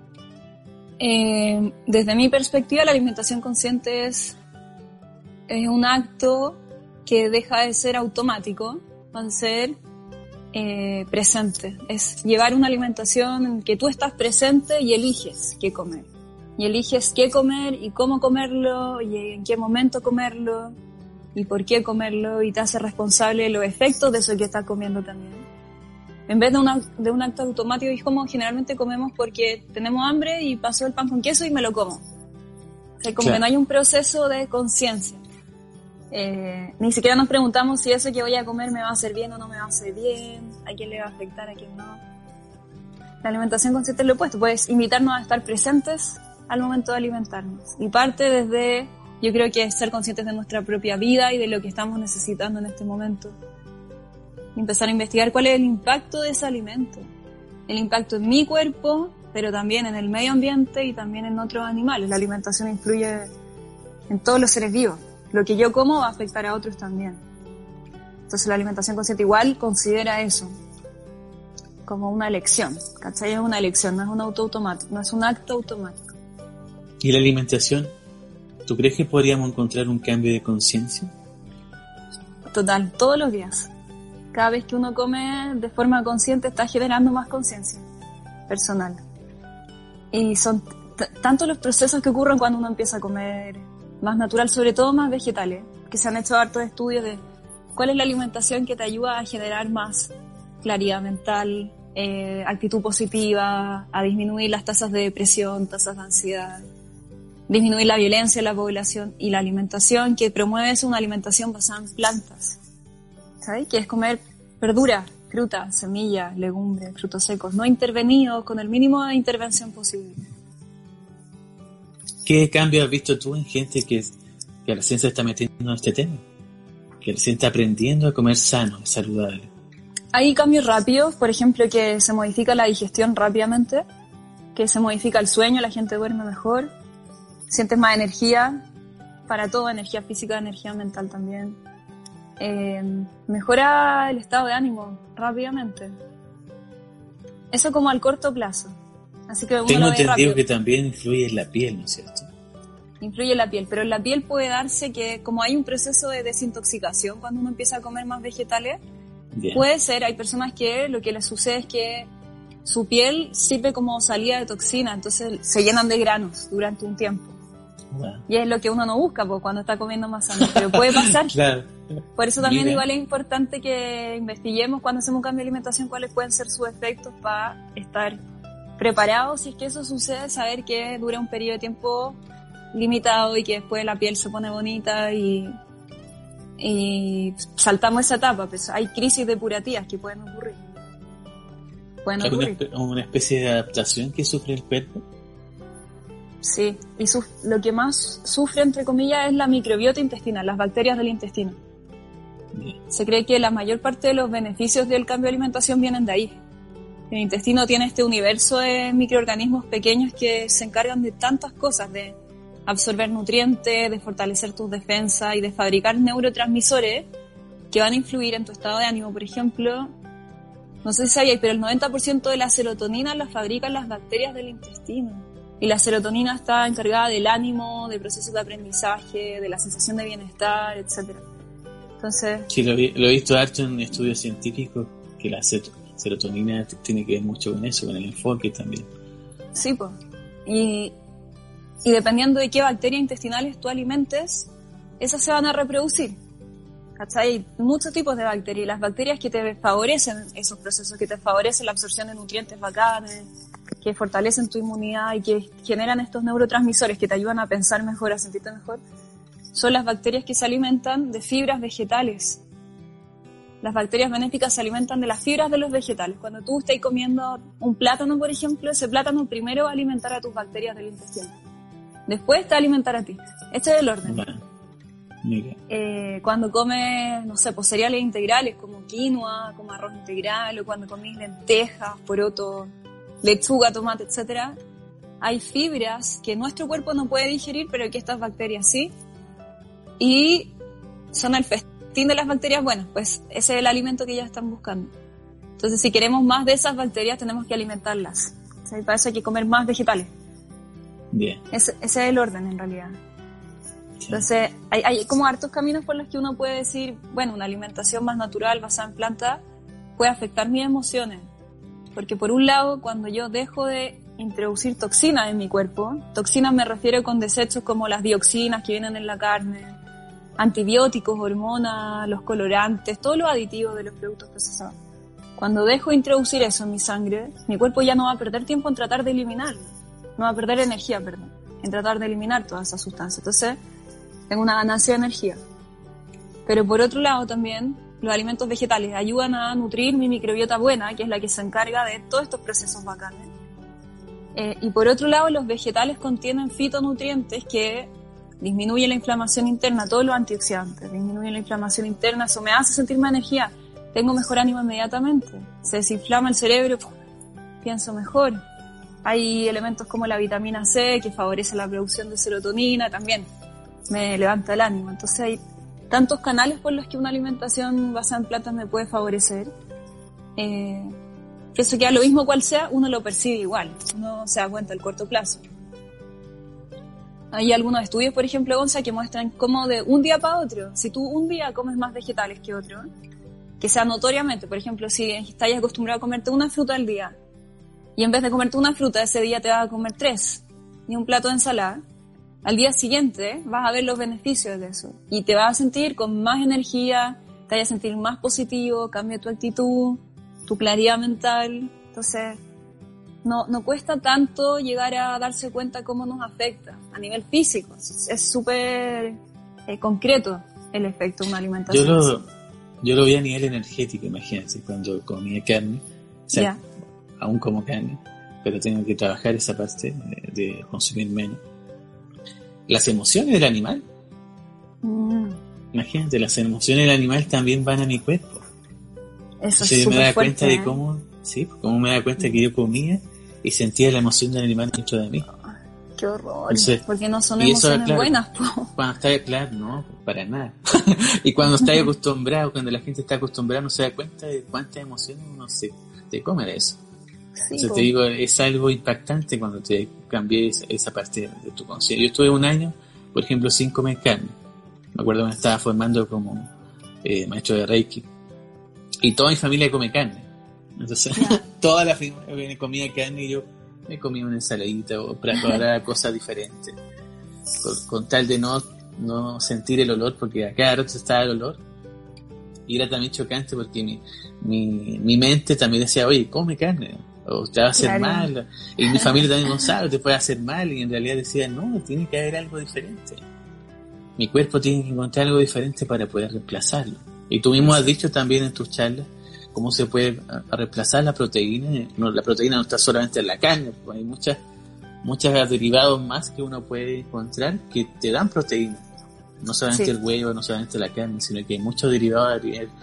[SPEAKER 2] Desde mi perspectiva, la alimentación consciente es un acto que deja de ser automático para ser presente. Es llevar una alimentación en que tú estás presente y eliges qué comer. Y eliges qué comer y cómo comerlo y en qué momento comerlo y por qué comerlo, y te hace responsable de los efectos de eso que estás comiendo también. En vez de un acto automático, es como generalmente comemos porque tenemos hambre y pasó el pan con queso y me lo como. O sea, como que no hay un proceso de conciencia. Ni siquiera nos preguntamos si eso que voy a comer me va a hacer bien o no me va a hacer bien, a quién le va a afectar, a quién no. La alimentación consciente es lo opuesto, pues invitarnos a estar presentes al momento de alimentarnos. Y parte desde, yo creo que es ser conscientes de nuestra propia vida y de lo que estamos necesitando en este momento. Y empezar a investigar cuál es el impacto de ese alimento. El impacto en mi cuerpo, pero también en el medio ambiente y también en otros animales. La alimentación influye en todos los seres vivos. Lo que yo como va a afectar a otros también. Entonces la alimentación consciente igual considera eso como una elección, ¿cachai? Es una elección, no es un auto automático, no es un acto automático.
[SPEAKER 3] ¿Y la alimentación? ¿Tú crees que podríamos encontrar un cambio de conciencia?
[SPEAKER 2] Total, todos los días. Cada vez que uno come de forma consciente está generando más conciencia personal. Y son tantos los procesos que ocurren cuando uno empieza a comer más natural, sobre todo más vegetales, que se han hecho hartos estudios de cuál es la alimentación que te ayuda a generar más claridad mental, actitud positiva, a disminuir las tasas de depresión, tasas de ansiedad, disminuir la violencia en la población, y la alimentación que promueve es una alimentación basada en plantas, ¿sabes? Que es comer verduras, frutas, semillas, legumbres, frutos secos, no intervenidos, con el mínimo de intervención posible.
[SPEAKER 3] ¿Qué cambio has visto tú en gente que la ciencia está metiendo en este tema? Que recién está aprendiendo a comer sano, saludable.
[SPEAKER 2] Hay cambios rápidos, por ejemplo, que se modifica la digestión rápidamente, que se modifica el sueño, la gente duerme mejor, sientes más energía, para todo, energía física, energía mental también. Mejora el estado de ánimo rápidamente. Eso como al corto plazo. Así que
[SPEAKER 3] tengo entendido que también influye en la piel, ¿no es cierto?
[SPEAKER 2] Influye en la piel, pero en la piel puede darse que, como hay un proceso de desintoxicación cuando uno empieza a comer más vegetales, puede ser, hay personas que lo que les sucede es que su piel sirve como salida de toxina, entonces se llenan de granos durante un tiempo. Wow. Y es lo que uno no busca cuando está comiendo más sano, pero puede pasar. Claro. Por eso también igual es importante que investiguemos cuando hacemos un cambio de alimentación cuáles pueden ser sus efectos para estar preparados si es que eso sucede, saber que dura un periodo de tiempo limitado y que después la piel se pone bonita y saltamos esa etapa. Pues hay crisis depurativas que pueden ocurrir.
[SPEAKER 3] ¿Una especie de adaptación que sufre el cuerpo?
[SPEAKER 2] Sí, y lo que más sufre, entre comillas, es la microbiota intestinal, las bacterias del intestino. Bien. Se cree que la mayor parte de los beneficios del cambio de alimentación vienen de ahí. El intestino tiene este universo de microorganismos pequeños que se encargan de tantas cosas, de absorber nutrientes, de fortalecer tus defensas y de fabricar neurotransmisores que van a influir en tu estado de ánimo. Por ejemplo, no sé si sabíais, pero el 90% de la serotonina la fabrican las bacterias del intestino. Y la serotonina está encargada del ánimo, del proceso de aprendizaje, de la sensación de bienestar, etc. Entonces,
[SPEAKER 3] sí, lo he visto harto en estudios científicos, que la serotonina tiene que ver mucho con eso, con el enfoque también.
[SPEAKER 2] Sí, pues. Y dependiendo de qué bacterias intestinales tú alimentes, esas se van a reproducir. ¿cachai? Hay muchos tipos de bacterias, y las bacterias que te favorecen esos procesos, que te favorecen la absorción de nutrientes bacanes, que fortalecen tu inmunidad y que generan estos neurotransmisores que te ayudan a pensar mejor, a sentirte mejor, son las bacterias que se alimentan de fibras vegetales. Las bacterias benéficas se alimentan de las fibras de los vegetales. Cuando tú estás comiendo un plátano, por ejemplo, ese plátano primero va a alimentar a tus bacterias del intestino. Después te va a alimentar a ti. Este es el orden.
[SPEAKER 3] Bueno,
[SPEAKER 2] cuando comes, no sé, pues cereales integrales como quinoa, como arroz integral, o cuando comís lentejas, poroto, lechuga, tomate, etcétera, hay fibras que nuestro cuerpo no puede digerir, pero que estas bacterias sí, y son el festín de las bacterias buenas, pues ese es el alimento que ellas están buscando. Entonces, si queremos más de esas bacterias, tenemos que alimentarlas. O sea, para eso hay que comer más vegetales.
[SPEAKER 3] Bien.
[SPEAKER 2] Ese es el orden, en realidad. Entonces, hay como hartos caminos por los que uno puede decir, bueno, una alimentación más natural, basada en plantas, puede afectar mis emociones. Porque por un lado, cuando yo dejo de introducir toxinas en mi cuerpo, toxinas me refiero con desechos como las dioxinas que vienen en la carne, antibióticos, hormonas, los colorantes, todos los aditivos de los productos procesados. Cuando dejo de introducir eso en mi sangre, mi cuerpo ya no va a perder tiempo en tratar de eliminarlo. No va a perder energía, en tratar de eliminar todas esas sustancias. Entonces, tengo una ganancia de energía. Pero por otro lado también, los alimentos vegetales ayudan a nutrir mi microbiota buena, que es la que se encarga de todos estos procesos bacanes. Y por otro lado, los vegetales contienen fitonutrientes que disminuyen la inflamación interna, todos los antioxidantes, disminuyen la inflamación interna, eso me hace sentir más energía, tengo mejor ánimo inmediatamente, se desinflama el cerebro, pienso mejor. Hay elementos como la vitamina C que favorece la producción de serotonina, también me levanta el ánimo. Entonces hay tantos canales por los que una alimentación basada en plantas me puede favorecer. Que eso queda lo mismo cual sea, uno lo percibe igual, uno se da cuenta al corto plazo. Hay algunos estudios, por ejemplo, Gonza, que muestran cómo de un día para otro, si tú un día comes más vegetales que otro, que sea notoriamente, por ejemplo, si estás acostumbrado a comerte una fruta al día, y en vez de comerte una fruta, ese día te vas a comer 3 y un plato de ensalada, al día siguiente vas a ver los beneficios de eso. Y te vas a sentir con más energía, te vas a sentir más positivo, cambia tu actitud, tu claridad mental. Entonces, no cuesta tanto llegar a darse cuenta cómo nos afecta a nivel físico. Es súper concreto el efecto de una alimentación.
[SPEAKER 3] Yo lo vi a nivel energético, imagínense, cuando comía carne. O sea, aún como carne, pero tengo que trabajar esa parte de consumir menos. Las emociones del animal. Imagínate, las emociones del animal también van a mi cuerpo.
[SPEAKER 2] Eso
[SPEAKER 3] entonces
[SPEAKER 2] es
[SPEAKER 3] yo me da
[SPEAKER 2] fuerte,
[SPEAKER 3] cuenta de cómo me da cuenta que yo comía y sentía la emoción del animal dentro de mí.
[SPEAKER 2] Qué horror,
[SPEAKER 3] entonces,
[SPEAKER 2] porque no son emociones
[SPEAKER 3] claro,
[SPEAKER 2] buenas, po.
[SPEAKER 3] Cuando está claro, no, para nada. Y cuando está acostumbrado, cuando la gente está acostumbrada, no se da cuenta de cuántas emociones uno se come de eso.
[SPEAKER 2] Sí,
[SPEAKER 3] entonces te digo, es algo impactante cuando te cambié esa parte de tu conciencia. Yo estuve un año, por ejemplo, sin comer carne. Me acuerdo que me estaba formando como maestro de Reiki. Y toda mi familia come carne. Entonces, toda la familia comía carne y yo me comía una ensaladita o preparaba cosas diferentes. Con tal de no sentir el olor, porque a cada rato estaba el olor. Y era también chocante porque mi mente también decía, oye, come carne, o te va a hacer mal. Y mi familia también no sabe, te puede hacer mal. Y en realidad decía, no, tiene que haber algo diferente. Mi cuerpo tiene que encontrar algo diferente para poder reemplazarlo. Y tú mismo has dicho también en tus charlas cómo se puede reemplazar la proteína. No, la proteína no está solamente en la carne, pues hay muchos derivados más que uno puede encontrar que te dan proteína. No solamente el huevo, no solamente la carne, sino que hay muchos derivados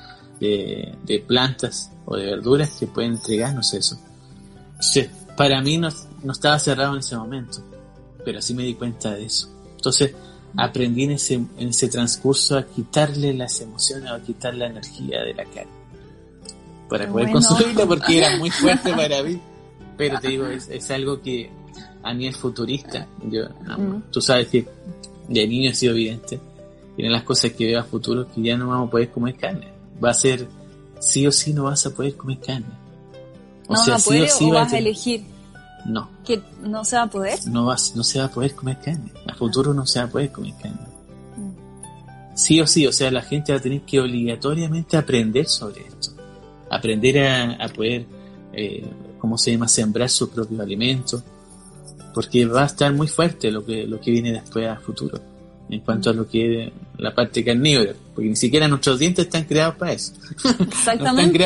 [SPEAKER 3] de plantas o de verduras que pueden entregarnos eso. Entonces, para mí no estaba cerrado en ese momento, pero sí me di cuenta de eso. Entonces, aprendí en ese transcurso a quitarle las emociones, a quitar la energía de la carne para poder consumirla, porque era muy fuerte para mí. Pero te digo, es algo que a nivel futurista, tú sabes que de niño ha sido evidente, y en las cosas que veo a futuro que ya no vamos a poder comer carne. Va a ser sí o sí, no vas a poder comer carne.
[SPEAKER 2] ¿No vas a poder o vas a elegir?
[SPEAKER 3] No.
[SPEAKER 2] ¿Que no se va a poder?
[SPEAKER 3] No se va a poder comer carne. A futuro no se va a poder comer carne. sí o sí, o sea, la gente va a tener que obligatoriamente aprender sobre esto, aprender a poder, ¿cómo se llama?, sembrar sus propios alimentos, porque va a estar muy fuerte lo que viene después a futuro, en cuanto a lo que es la parte carnívora, porque ni siquiera nuestros dientes están creados para eso.
[SPEAKER 2] Exactamente.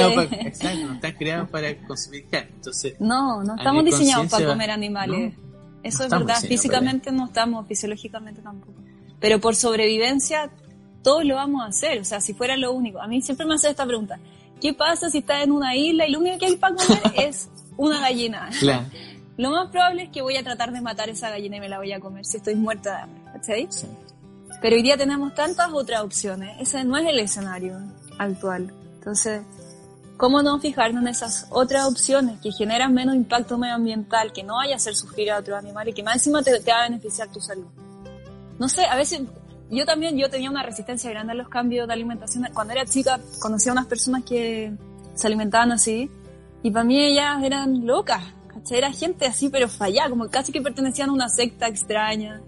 [SPEAKER 3] No están creados para consumir carne. Entonces,
[SPEAKER 2] no estamos diseñados para comer animales.
[SPEAKER 3] No,
[SPEAKER 2] eso es verdad, físicamente no estamos, fisiológicamente tampoco. Pero por sobrevivencia, todos lo vamos a hacer, o sea, si fuera lo único. A mí siempre me hace esta pregunta, ¿qué pasa si estás en una isla y lo único que hay para comer es una gallina?
[SPEAKER 3] Claro.
[SPEAKER 2] Lo más probable es que voy a tratar de matar esa gallina y me la voy a comer si estoy muerta de hambre, ¿cachai?
[SPEAKER 3] Sí.
[SPEAKER 2] Pero hoy día tenemos tantas otras opciones, ese no es el escenario actual. Entonces, ¿cómo no fijarnos en esas otras opciones que generan menos impacto medioambiental, que no vaya a hacer sufrir a otros animales y que más encima te va a beneficiar tu salud? No sé, a veces yo tenía una resistencia grande a los cambios de alimentación. Cuando era chica conocí a unas personas que se alimentaban así y para mí ellas eran locas, ¿cachai? Era gente así pero fallada, como casi que pertenecían a una secta extraña.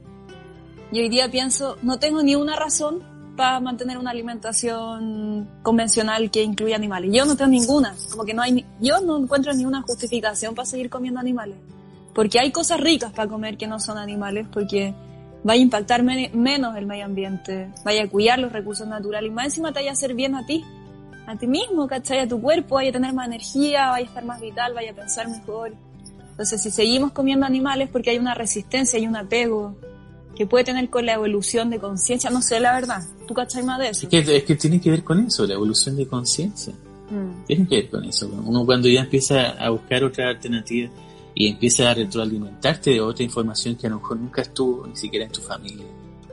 [SPEAKER 2] Y hoy día pienso, no tengo ni una razón para mantener una alimentación convencional que incluya animales. Yo no tengo ninguna, como que yo no encuentro ni una justificación para seguir comiendo animales. Porque hay cosas ricas para comer que no son animales, porque vaya a impactar menos el medio ambiente, vaya a cuidar los recursos naturales y más encima te vaya a hacer bien a ti mismo, ¿cachai? A tu cuerpo, vaya a tener más energía, vaya a estar más vital, vaya a pensar mejor. Entonces, si seguimos comiendo animales porque hay una resistencia, hay un apego que puede tener con la evolución de conciencia, no sé la verdad, ¿tú cachai más de eso?
[SPEAKER 3] Es que tiene que ver con eso, la evolución de conciencia. Tiene que ver con eso. Uno cuando ya empieza a buscar otra alternativa y empieza a retroalimentarte de otra información que a lo mejor nunca estuvo ni siquiera en tu familia,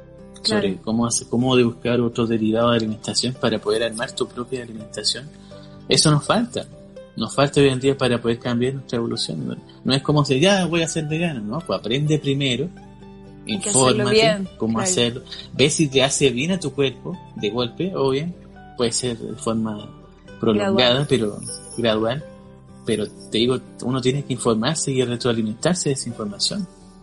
[SPEAKER 3] sobre cómo de buscar otros derivados de alimentación para poder armar tu propia alimentación, eso nos falta hoy en día para poder cambiar nuestra evolución. No es como decir, ya voy a ser vegano, no, pues aprende primero, infórmate cómo hacerlo, ve si te hace bien a tu cuerpo de golpe o bien puede ser de forma prolongada, pero gradual. Pero te digo, uno tiene que informarse y retroalimentarse de esa información.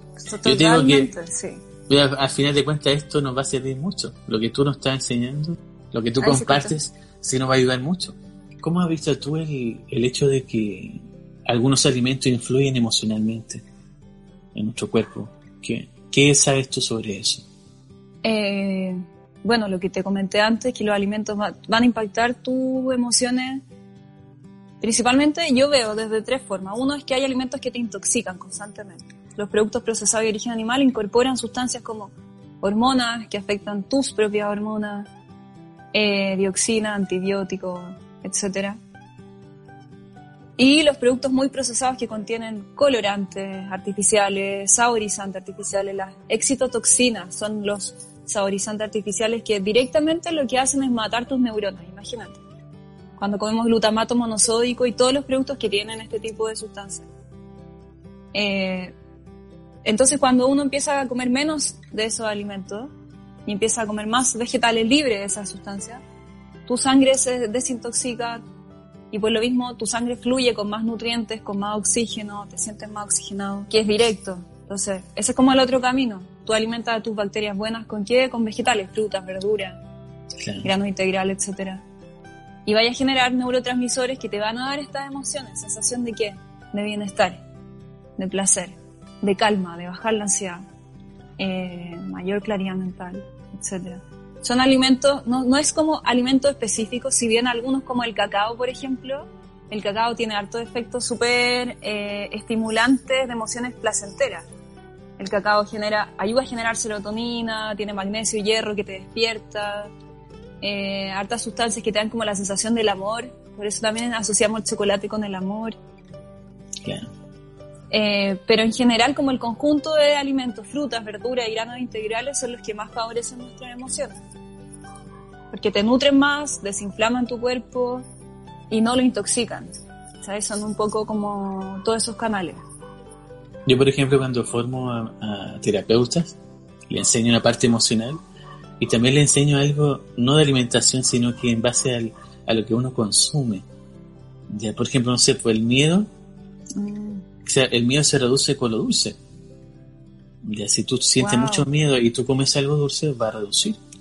[SPEAKER 3] Yo digo que
[SPEAKER 2] sí.
[SPEAKER 3] Al final de cuentas esto nos va a servir mucho. Lo que tú nos estás enseñando, lo que tú compartes, sí nos va a ayudar mucho. ¿Cómo has visto tú el hecho de que algunos alimentos influyen emocionalmente en nuestro cuerpo? ¿Qué sabes tú sobre eso?
[SPEAKER 2] Bueno, lo que te comenté antes, que los alimentos van a impactar tus emociones. Principalmente yo veo desde 3 formas. Uno es que hay alimentos que te intoxican constantemente. Los productos procesados de origen animal incorporan sustancias como hormonas que afectan tus propias hormonas, dioxina, antibióticos, etc. Y los productos muy procesados que contienen colorantes artificiales, saborizantes artificiales, las excitotoxinas son los saborizantes artificiales que directamente lo que hacen es matar tus neuronas, imagínate. Cuando comemos glutamato monosódico y todos los productos que tienen este tipo de sustancias. Entonces cuando uno empieza a comer menos de esos alimentos y empieza a comer más vegetales libres de esas sustancias, tu sangre se desintoxica y por lo mismo tu sangre fluye con más nutrientes, con más oxígeno, te sientes más oxigenado, que es directo. Entonces ese es como el otro camino. Tú alimentas a tus bacterias buenas ¿con qué? Con vegetales, frutas, verduras, granos integrales, etcétera. Y vaya a generar neurotransmisores que te van a dar estas emociones, sensación de ¿qué? De bienestar, de placer, de calma, de bajar la ansiedad, mayor claridad mental, etc. Son alimentos, no es como alimentos específicos, si bien algunos como el cacao, por ejemplo, el cacao tiene hartos efectos súper estimulantes de emociones placenteras. El cacao ayuda a generar serotonina, tiene magnesio y hierro que te despierta, hartas sustancias que te dan como la sensación del amor, por eso también asociamos el chocolate con el amor.
[SPEAKER 3] Claro.
[SPEAKER 2] Pero en general como el conjunto de alimentos, frutas, verduras y granos integrales son los que más favorecen nuestras emociones, porque te nutren más, desinflaman tu cuerpo y no lo intoxican, ¿sabes? Son un poco como todos esos canales.
[SPEAKER 3] Yo por ejemplo cuando formo a terapeutas le enseño una parte emocional y también le enseño algo no de alimentación sino que en base a lo que uno consume. Ya, por ejemplo, no sé, pues el miedo, o sea, el miedo se reduce con lo dulce. Ya, si tú sientes mucho miedo y tú comes algo dulce, va a reducir.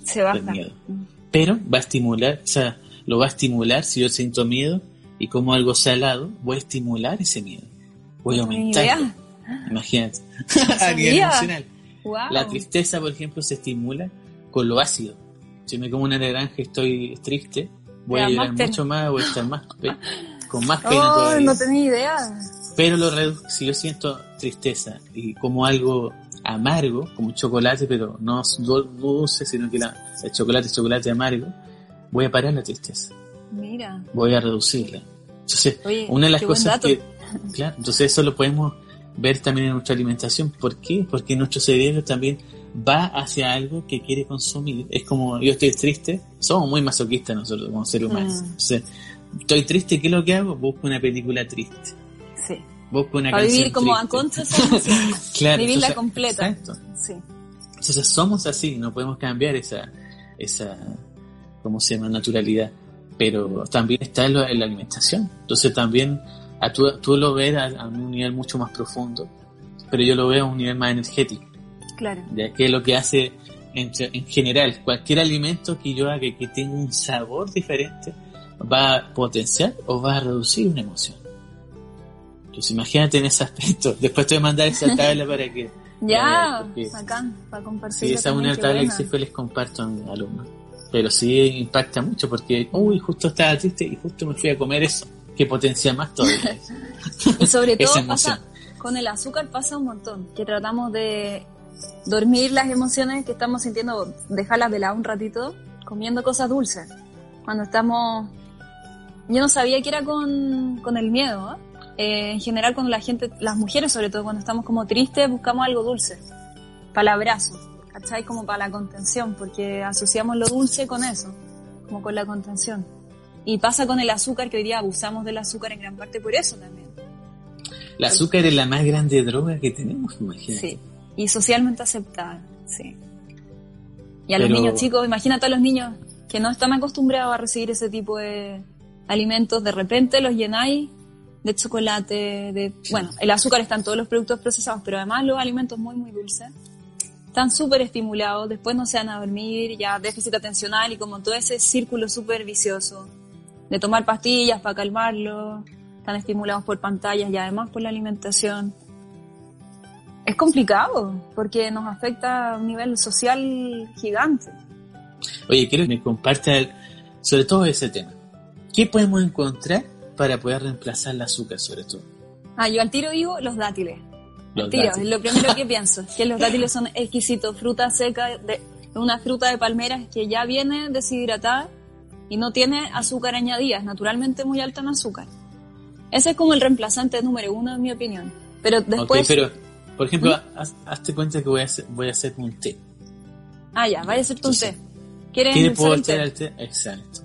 [SPEAKER 2] Se baja.
[SPEAKER 3] El miedo. Pero va a estimular, o sea, lo va a estimular si yo siento miedo y como algo salado, voy a estimular ese miedo. Voy a aumentarlo. Imagínate. A nivel emocional.
[SPEAKER 2] Wow.
[SPEAKER 3] La tristeza, por ejemplo, se estimula con lo ácido. Si me como una naranja y estoy triste, voy a llorar mucho más, voy a estar más con más pena todavía.
[SPEAKER 2] No tenía idea.
[SPEAKER 3] Pero si yo siento tristeza y como algo amargo, como chocolate, pero no dulce, sino que el chocolate es chocolate amargo, voy a parar la tristeza.
[SPEAKER 2] Mira.
[SPEAKER 3] Voy a reducirla. Entonces,
[SPEAKER 2] oye,
[SPEAKER 3] una de las cosas que... Claro, entonces eso lo podemos ver también en nuestra alimentación. ¿Por qué? Porque nuestro cerebro también va hacia algo que quiere consumir. Es como, yo estoy triste, somos muy masoquistas nosotros como seres humanos. Entonces, estoy triste, ¿qué es lo que hago? Busco una película triste.
[SPEAKER 2] Sí.
[SPEAKER 3] Busco una
[SPEAKER 2] para
[SPEAKER 3] canción
[SPEAKER 2] vivir como
[SPEAKER 3] triste.
[SPEAKER 2] a contra esa emoción.
[SPEAKER 3] Claro,
[SPEAKER 2] vivirla
[SPEAKER 3] entonces,
[SPEAKER 2] completa.
[SPEAKER 3] Exacto.
[SPEAKER 2] Sí.
[SPEAKER 3] Entonces somos así, no podemos cambiar esa ¿cómo se llama? Naturalidad. Pero también está en la alimentación. Entonces también tú lo ves a un nivel mucho más profundo, pero yo lo veo a un nivel más energético.
[SPEAKER 2] Claro.
[SPEAKER 3] Ya que es lo que hace en general, cualquier alimento que yo haga que tenga un sabor diferente, va a potenciar o va a reducir una emoción. Entonces imagínate en ese aspecto. Después te voy a mandar esa tabla para que...
[SPEAKER 2] Ya, acá, para compartir.
[SPEAKER 3] Sí, esa es una tabla que siempre les comparto a mis alumnos. Pero sí impacta mucho porque, justo estaba triste y justo me fui a comer eso, que potencia más todavía.
[SPEAKER 2] Y sobre todo pasa, con el azúcar pasa un montón, que tratamos de dormir las emociones que estamos sintiendo, dejarlas de lado un ratito, comiendo cosas dulces. Cuando estamos... Yo no sabía que era con el miedo, ¿eh? En general cuando las mujeres sobre todo, cuando estamos como tristes, buscamos algo dulce, para el abrazo, ¿cachai? Como para la contención, porque asociamos lo dulce con eso, como con la contención. Y pasa con el azúcar, que hoy día abusamos del azúcar en gran parte por eso también.
[SPEAKER 3] El azúcar es la más grande droga que tenemos, imagínate.
[SPEAKER 2] Sí, y socialmente aceptada, sí. Y a los niños chicos, imagínate a los niños que no están acostumbrados a recibir ese tipo de alimentos, de repente los llenáis de chocolate, bueno, el azúcar está en todos los productos procesados, pero además los alimentos muy, muy dulces. Están súper estimulados, después no se van a dormir, ya déficit atencional y como todo ese círculo súper vicioso de tomar pastillas para calmarlo, están estimulados por pantallas y además por la alimentación. Es complicado, porque nos afecta a un nivel social gigante.
[SPEAKER 3] Oye, quiero que me compartas sobre todo ese tema. ¿Qué podemos encontrar para poder reemplazar el azúcar, sobre todo?
[SPEAKER 2] Yo al tiro digo los dátiles. Es lo primero que pienso, que los dátiles son exquisitos, fruta seca, una fruta de palmeras que ya viene deshidratada y no tiene azúcar añadida, es naturalmente muy alta en azúcar. Ese es como el reemplazante número 1 en mi opinión. Pero después...
[SPEAKER 3] Okay, pero, por ejemplo, hazte cuenta que voy a hacer un té.
[SPEAKER 2] Ya, vaya a hacerte un té.
[SPEAKER 3] ¿Qué le puedo echar al té? Exacto.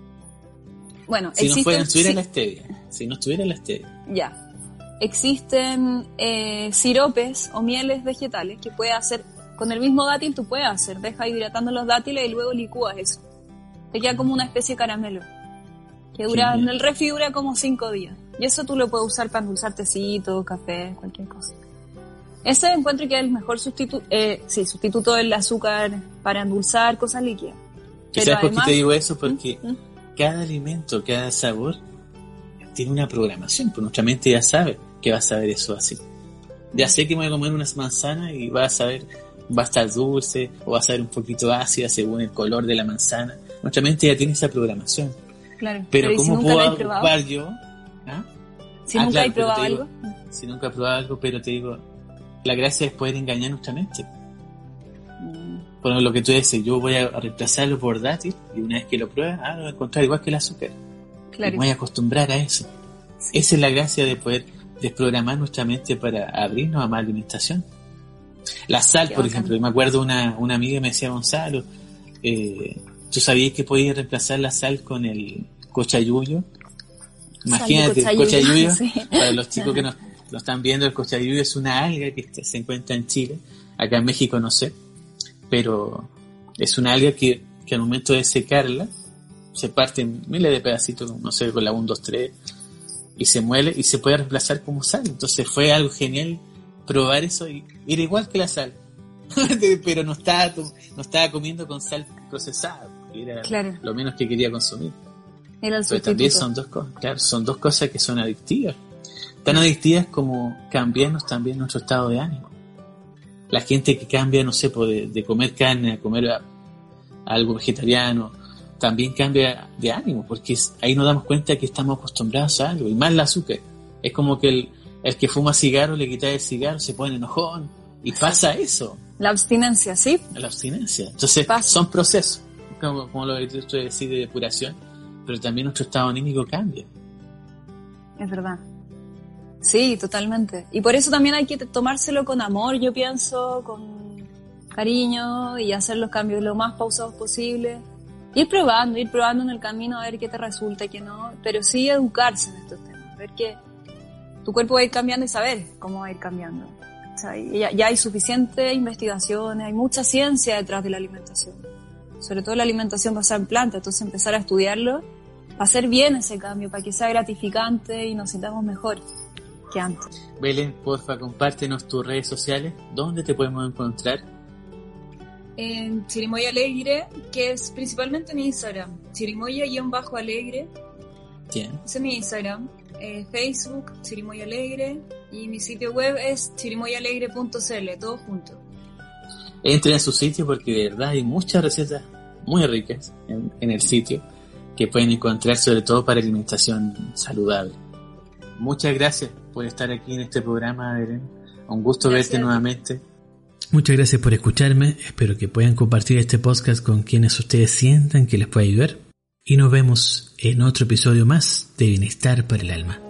[SPEAKER 2] Bueno,
[SPEAKER 3] si no estuviera la stevia.
[SPEAKER 2] Ya. Existen siropes o mieles vegetales que puedes hacer con el mismo dátil. Tú puedes hacer, deja hidratando los dátiles y luego licúas eso. Te queda como una especie de caramelo que dura, en el refri dura como 5 días, y eso tú lo puedes usar para endulzar tecito, café, cualquier cosa. Ese encuentro que es el mejor sustituto del azúcar para endulzar cosas líquidas.
[SPEAKER 3] ¿Sabes por qué te digo eso? Porque cada alimento, cada sabor tiene una programación, pues nuestra mente ya sabe que va a saber eso así. Ya sé que me voy a comer unas manzanas y va a saber, va a estar dulce o va a saber un poquito ácida según el color de la manzana. Nuestra mente ya tiene esa programación.
[SPEAKER 2] Claro.
[SPEAKER 3] Pero ¿cómo puedo ocupar yo?
[SPEAKER 2] Si nunca he probado algo.
[SPEAKER 3] Si nunca he probado algo, pero te digo, la gracia es poder engañar nuestra mente. Por lo que tú dices, yo voy a reemplazarlo por dátil y una vez que lo pruebas, lo voy a encontrar igual que el azúcar. Claro. Y me voy a acostumbrar a eso. Sí. Esa es la gracia de poder desprogramar nuestra mente para abrirnos a más alimentación. La sal, por ejemplo, yo me acuerdo una amiga me decía, Gonzalo, ¿tú sabías que podías reemplazar la sal con el cochayuyo? Imagínate, el cochayuyo, sí. Para los chicos que nos están viendo, el cochayuyo es una alga que se encuentra en Chile, acá en México no sé, pero es una alga que al momento de secarla, se parte en miles de pedacitos, no sé, con la 1, 2, 3, y se muele y se puede reemplazar como sal. Entonces fue algo genial probar eso y era igual que la sal, pero no estaba comiendo con sal procesada, que era
[SPEAKER 2] Claro.
[SPEAKER 3] lo menos que quería consumir.
[SPEAKER 2] Era el
[SPEAKER 3] Pero también
[SPEAKER 2] sustituto.
[SPEAKER 3] son dos cosas, claro, son dos cosas que son adictivas. Tan adictivas como cambiarnos también nuestro estado de ánimo. La gente que cambia, no sé, de comer carne a comer algo vegetariano, también cambia de ánimo, porque ahí nos damos cuenta que estamos acostumbrados a algo, y más el azúcar. Es como que el que fuma cigarro, le quita el cigarro, se pone enojón, y pasa eso.
[SPEAKER 2] La abstinencia, ¿sí?
[SPEAKER 3] La abstinencia. Entonces, son procesos, como lo que tú decís de depuración, pero también nuestro estado anímico cambia.
[SPEAKER 2] Es verdad. Sí, totalmente. Y por eso también hay que tomárselo con amor, yo pienso, con cariño, y hacer los cambios lo más pausados posible. Ir probando en el camino a ver qué te resulta y qué no, pero sí educarse en estos temas, ver que tu cuerpo va a ir cambiando y saber cómo va a ir cambiando. O sea, ya hay suficiente investigaciones, hay mucha ciencia detrás de la alimentación, sobre todo la alimentación basada en plantas, entonces empezar a estudiarlo, para hacer bien ese cambio, para que sea gratificante y nos sintamos mejor que antes.
[SPEAKER 3] Belén, porfa, compártenos tus redes sociales, ¿dónde te podemos encontrar?
[SPEAKER 2] En Chirimoya Alegre, que es principalmente mi Instagram, Chirimoya_alegre,
[SPEAKER 3] Bien.
[SPEAKER 2] ese es mi Instagram, Facebook, Chirimoya Alegre, y mi sitio web es chirimoyaalegre.cl, todo junto.
[SPEAKER 3] Entren a su sitio porque de verdad hay muchas recetas muy ricas en el sitio que pueden encontrar, sobre todo para alimentación saludable. Muchas gracias por estar aquí en este programa, Belén. Un gusto verte nuevamente.
[SPEAKER 1] Muchas gracias por escucharme, espero que puedan compartir este podcast con quienes ustedes sientan que les puede ayudar y nos vemos en otro episodio más de Bienestar para el Alma.